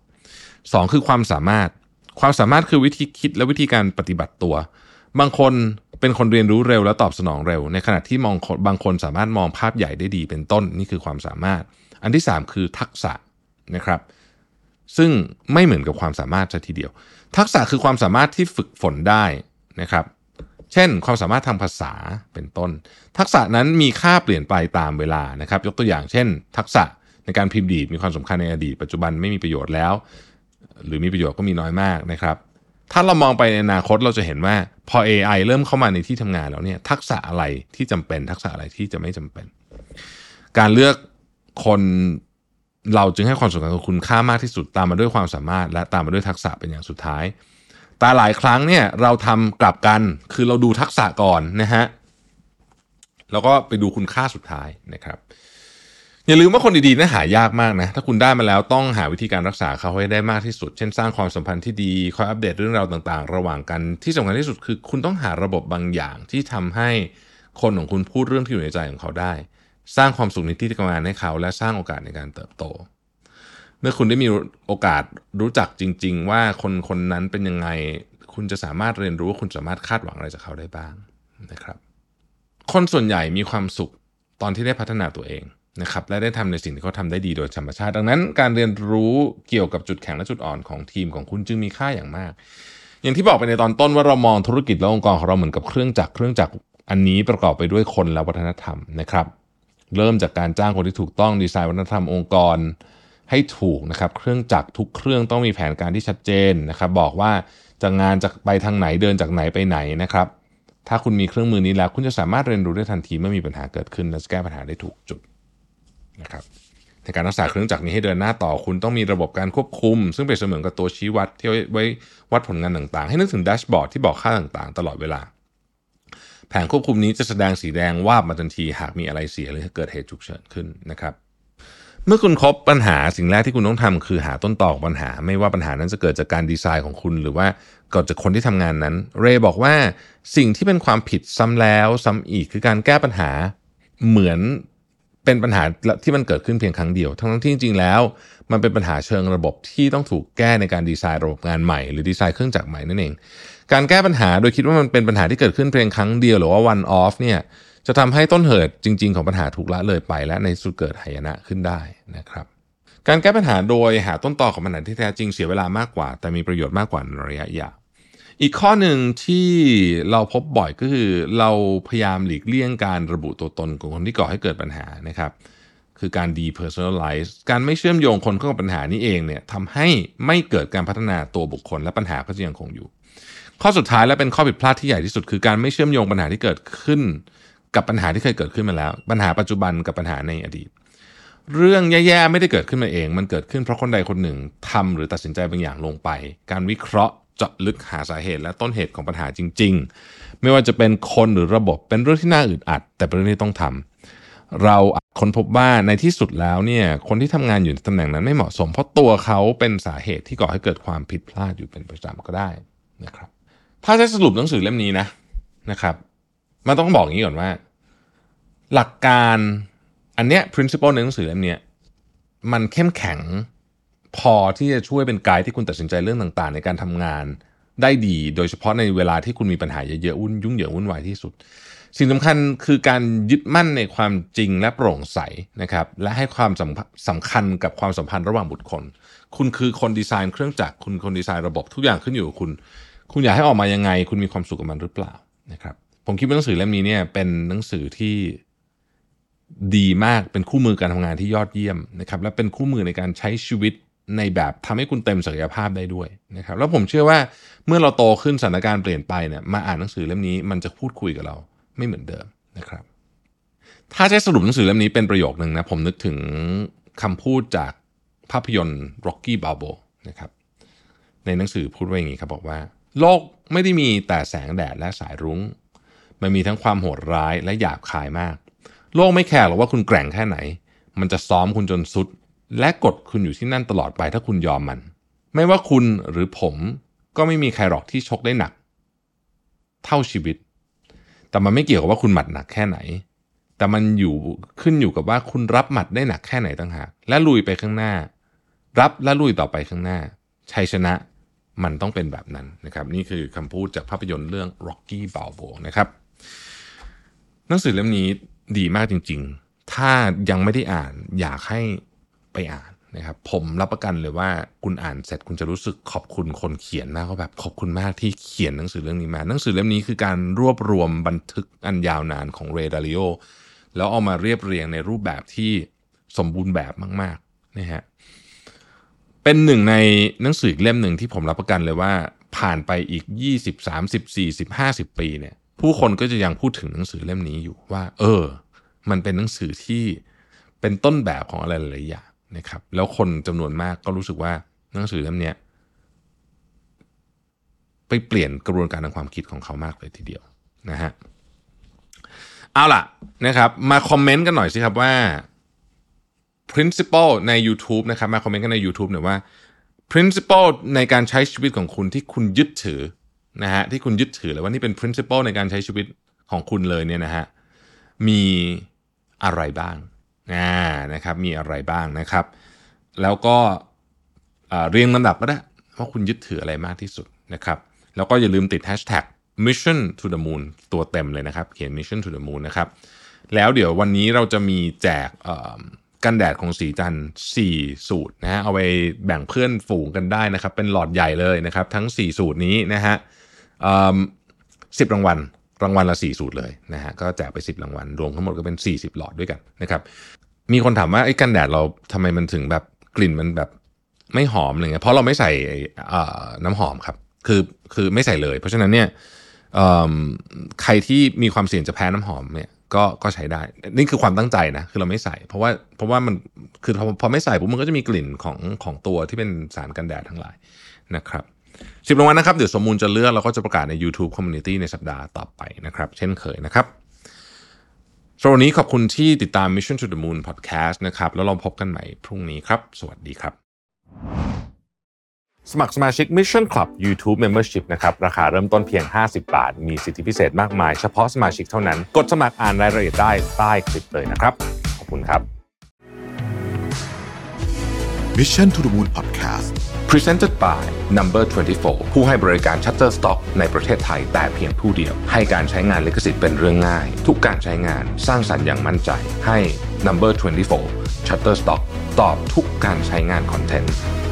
2คือความสามารถคือวิธีคิดและวิธีการปฏิบัติตัวบางคนเป็นคนเรียนรู้เร็วและตอบสนองเร็วในขณะที่บางคนสามารถมองภาพใหญ่ได้ดีเป็นต้นนี่คือความสามารถอันที่3คือทักษะนะครับซึ่งไม่เหมือนกับความสามารถซะทีเดียวทักษะคือความสามารถที่ฝึกฝนได้นะครับเช่นความสามารถทางภาษาเป็นต้นทักษะนั้นมีค่าเปลี่ยนไปตามเวลานะครับยกตัวอย่างเช่นทักษะในการพิมพ์ดีดมีความสำคัญในอดีตปัจจุบันไม่มีประโยชน์แล้วหรือมีประโยชน์ก็มีน้อยมากนะครับถ้าเรามองไปในอนาคตเราจะเห็นว่าพอ AI เริ่มเข้ามาในที่ทำงานแล้วเนี่ยทักษะอะไรที่จำเป็นทักษะอะไรที่จะไม่จำเป็นการเลือกคนเราจึงให้ความสำคัญกับคุณค่ามากที่สุดตามมาด้วยความสามารถและตามมาด้วยทักษะเป็นอย่างสุดท้ายแต่หลายครั้งเนี่ยเราทำกลับกันคือเราดูทักษะก่อนนะฮะแล้วก็ไปดูคุณค่าสุดท้ายนะครับอย่าลืมว่าคนดีๆนั้นหายากมากนะถ้าคุณได้มาแล้วต้องหาวิธีการรักษาเขาให้ได้มากที่สุดเช่นสร้างความสัมพันธ์ที่ดีคอยอัปเดตเรื่องราวต่างๆระหว่างกันที่สำคัญที่สุดคือคุณต้องหาระบบบางอย่างที่ทำให้คนของคุณพูดเรื่องที่อยู่ในใจของเขาได้สร้างความสุขในที่ทำงานให้เขาและสร้างโอกาสในการเติบโตเมื่อคุณได้มีโอกาสรู้จักจริงๆว่าคนนั้นเป็นยังไงคุณจะสามารถเรียนรู้ว่าคุณสามารถคาดหวังอะไรจากเขาได้บ้างนะครับคนส่วนใหญ่มีความสุขตอนที่ได้พัฒนาตัวเองนะครับและได้ทำในสิ่งที่เขาทำได้ดีโดยธรรมชาติดังนั้นการเรียนรู้เกี่ยวกับจุดแข็งและจุดอ่อนของทีมของคุณจึงมีค่าอย่างมากอย่างที่บอกไปในตอนต้นว่าเรามองธุรกิจและองค์กรของเราเหมือนกับเครื่องจักรอันนี้ประกอบไปด้วยคนและวัฒนธรรมนะครับเริ่มจากการจ้างคนที่ถูกต้องดีไซน์วัฒนธรรมองค์กรให้ถูกนะครับเครื่องจักรทุกเครื่องต้องมีแผนการที่ชัดเจนนะครับบอกว่างานจะไปทางไหนเดินจากไหนไปไหนนะครับถ้าคุณมีเครื่องมือนี้แล้วคุณจะสามารถเรียนรู้ได้ทันทีเมื่อมีปัญหาเกิดขึ้นและแก้ปัญหาได้ถูกจุดนะครับในการรักษาเครื่องจักรนี้ให้เดินหน้าต่อคุณต้องมีระบบการควบคุมซึ่งเป็นเสมือนกับตัวชี้วัดที่ไว้วัดผลงานต่างๆให้นึกถึงแดชบอร์ดที่บอกค่าต่างๆตลอดเวลาแผงควบคุมนี้จะแสดงสีแดงวาบมาทันทีหากมีอะไรเสียหรือเกิดเหตุฉุกเฉินขึ้นนะครับเมื่อคุณพบปัญหาสิ่งแรกที่คุณต้องทำคือหาต้นตอของปัญหาไม่ว่าปัญหานั้นจะเกิดจากการดีไซน์ของคุณหรือว่าเกิดจากคนที่ทำงานนั้นเรย์บอกว่าสิ่งที่เป็นความผิดซ้ำแล้วซ้ำอีกคือการแก้ปัญหาเหมือนเป็นปัญหาที่มันเกิดขึ้นเพียงครั้งเดียวทั้งที่จริงๆแล้วมันเป็นปัญหาเชิงระบบที่ต้องถูกแก้ในการดีไซน์ระบบงานใหม่หรือดีไซน์เครื่องจักรใหม่นั่นเองการแก้ปัญหาโดยคิดว่ามันเป็นปัญหาที่เกิดขึ้นเพียงครั้งเดียวหรือว่า one off เนี่ยจะทำให้ต้นเหตุจริงๆของปัญหาถูกละเลยไปและในสุดเกิดหายนะขึ้นได้นะครับการแก้ปัญหาโดยหาต้นตอของปัญหาที่แท้จริงเสียเวลามากกว่าแต่มีประโยชน์มากกว่าในระยะยาวอีกข้อหนึ่งที่เราพบบ่อยก็คือเราพยายามหลีกเลี่ยงการระบุตัวตนของคนที่ก่อให้เกิดปัญหานะครับคือการ depersonalize การไม่เชื่อมโยงคนเข้ากับปัญหานี้เองเนี่ยทำให้ไม่เกิดการพัฒนาตัวบุคคลและปัญหาก็จะยังคงอยู่ข้อสุดท้ายและเป็นข้อผิดพลาดที่ใหญ่ที่สุดคือการไม่เชื่อมโยงปัญหาที่เกิดขึ้นกับปัญหาที่เคยเกิดขึ้นมาแล้วปัญหาปัจจุบันกับปัญหาในอดีตเรื่องแย่ๆไม่ได้เกิดขึ้นมาเองมันเกิดขึ้นเพราะคนใดคนหนึ่งทำหรือตัดสินใจบางอย่างลงไปการวิเคราะห์เจาะลึกหาสาเหตุและต้นเหตุของปัญหาจริงๆไม่ว่าจะเป็นคนหรือระบบเป็นเรื่องที่น่าอึดอัดแต่เป็นเรื่องที่ต้องทำเราค้นพบว่าในที่สุดแล้วเนี่ยคนที่ทำงานอยู่ในตำแหน่งนั้นไม่เหมาะสมเพราะตัวเขาเป็นสาเหตุที่ก่อให้เกิดความผิดพลาดอยู่เป็นประจำก็ได้นะครับถ้าจะสรุปหนังสือเล่มนี้นะครับมันต้องบอกอย่างนี้ก่อนว่าหลักการอันเนี้ย principle ในหนังสือเล่มนี้มันเข้มแข็งพอที่จะช่วยเป็นไกด์ที่คุณตัดสินใจเรื่องต่างๆในการทำงานได้ดีโดยเฉพาะในเวลาที่คุณมีปัญหาเยอะๆยุ่งเหยิงวุ่นวายที่สุดสิ่งสำคัญคือการยึดมั่นในความจริงและโปร่งใสนะครับและให้ความสำคัญกับความสัมพันธ์ระหว่างบุคคลคุณคือคนดีไซน์เครื่องจักรคุณคนดีไซน์ระบบทุกอย่างขึ้นอยู่กับคุณอยากให้ออกมายังไงคุณมีความสุขกับมันหรือเปล่านะครับผมคิดว่าหนังสือเล่มนี้เนี่ยเป็นหนังสือที่ดีมากเป็นคู่มือการทำงานที่ยอดเยี่ยมนะครับและเป็นคู่มือในการใช้ชีวิตในแบบทำให้คุณเต็มศักยภาพได้ด้วยนะครับแล้วผมเชื่อว่าเมื่อเราโตขึ้นสถานการณ์เปลี่ยนไปเนี่ยมาอ่านหนังสือเล่มนี้มันจะพูดคุยกับเราไม่เหมือนเดิมนะครับถ้าจะสรุปหนังสือเล่มนี้เป็นประโยคนึงนะผมนึกถึงคำพูดจากภาพยนตร์ Rocky Balboa นะครับในหนังสือพูดไว้อย่างนี้ครับบอกว่าโลกไม่ได้มีแต่แสงแดดและสายรุ้งมันมีทั้งความโหดร้ายและหยาบคายมากโลกไม่แคร์หรอกว่าคุณแกร่งแค่ไหนมันจะซ้อมคุณจนสุดและกดคุณอยู่ที่นั่นตลอดไปถ้าคุณยอมมันไม่ว่าคุณหรือผมก็ไม่มีใครหรอกที่ชกได้หนักเท่าชีวิตแต่มันไม่เกี่ยวกับว่าคุณหมัดหนักแค่ไหนแต่มันขึ้นอยู่กับว่าคุณรับหมัดได้หนักแค่ไหนต่างหากและลุยไปข้างหน้ารับและลุยต่อไปข้างหน้าชัยชนะมันต้องเป็นแบบนั้นนะครับนี่คือคำพูดจากภาพยนตร์เรื่อง Rocky Balboa นะครับหนังสือเล่มนี้ดีมากจริงๆถ้ายังไม่ได้อ่านอยากให้ไปอ่านนะครับผมรับประกันเลยว่าคุณอ่านเสร็จคุณจะรู้สึกขอบคุณคนเขียนมากว่าแบบขอบคุณมากที่เขียนหนังสือเรื่องนี้มาหนังสือเล่มนี้คือการรวบรวมบันทึกอันยาวนานของเรย์ ดาลิโอแล้วเอามาเรียบเรียงในรูปแบบที่สมบูรณ์แบบมากๆนะฮะเป็นหนึ่งในหนังสือเล่มหนึ่งที่ผมรับประกันเลยว่าผ่านไปอีก20 30 40 50 ปีเนี่ยผู้คนก็จะยังพูดถึงหนังสือเล่มนี้อยู่ว่ามันเป็นหนังสือที่เป็นต้นแบบของอะไรหลายๆอย่างนะครับแล้วคนจำนวนมากก็รู้สึกว่าหนังสือเล่มนี้ไปเปลี่ยนกระบวนการทางความคิดของเขามากเลยทีเดียวนะฮะเอาล่ะนะครับมาคอมเมนต์กันหน่อยสิครับว่า principle ใน YouTube นะครับมาคอมเมนต์กันใน YouTube หน่อยว่า principle ในการใช้ชีวิตของคุณที่คุณยึดถือนะฮะที่คุณยึดถือเลยว่านี่เป็น principle ในการใช้ชีวิตของคุณเลยเนี่ยนะฮะมีอะไรบ้างนะครับมีอะไรบ้างนะครับแล้วก็เรียงลำดับก็ได้ว่าคุณยึดถืออะไรมากที่สุดนะครับแล้วก็อย่าลืมติด hashtag mission to the moon ตัวเต็มเลยนะครับเขียน mission to the moon นะครับแล้วเดี๋ยววันนี้เราจะมีแจกกันแดดของสีจันทร์4สูตรนะฮะเอาไปแบ่งเพื่อนฝูงกันได้นะครับเป็นหลอดใหญ่เลยนะครับทั้ง4สูตรนี้นะฮะ10 รางวัลละ4สูตรเลยนะฮะก็แจกไป10 รางวัลรวมทั้งหมดก็เป็น40หลอดด้วยกันนะครับมีคนถามว่าไอ้กันแดดเราทำไมมันถึงแบบกลิ่นมันแบบไม่หอมอะไรเงี้ยเพราะเราไม่ใส่น้ำหอมครับคือไม่ใส่เลยเพราะฉะนั้นเนี่ยใครที่มีความเสี่ยงจะแพ้น้ำหอมเนี่ยก็ใช้ได้นี่คือความตั้งใจนะคือเราไม่ใส่เพราะว่ามันคือพอไม่ใส่ปุ๊บมันก็จะมีกลิ่นของตัวที่เป็นสารกันแดดทั้งหลายนะครับ 10 รางวัลนะครับเดี๋ยวสมมูลจะเลือกแล้วก็จะประกาศใน YouTube Community ในสัปดาห์ต่อไปนะครับเช่นเคยนะครับสำหรับวันนี้ขอบคุณที่ติดตาม Mission to the Moon Podcast นะครับแล้วเราพบกันใหม่พรุ่งนี้ครับสวัสดีครับสมัครสมาชิก Mission Club YouTube Membership นะครับราคาเริ่มต้นเพียง50 บาทมีสิทธิพิเศษมากมายเฉพาะสมาชิกเท่านั้นกดสมัครอ่านรายละเอียดได้ใต้คลิปเลยนะครับขอบคุณครับ Mission to the Moon Podcast Presented by Number 24 ผู้ให้บริการ Shutterstock ในประเทศไทยแต่เพียงผู้เดียวให้การใช้งานลิขสิทธิ์เป็นเรื่องง่ายทุกการใช้งานสร้างสรรค์อย่างมั่นใจให้ Number 24 Shutterstock ตอบทุกการใช้งานคอนเทนต์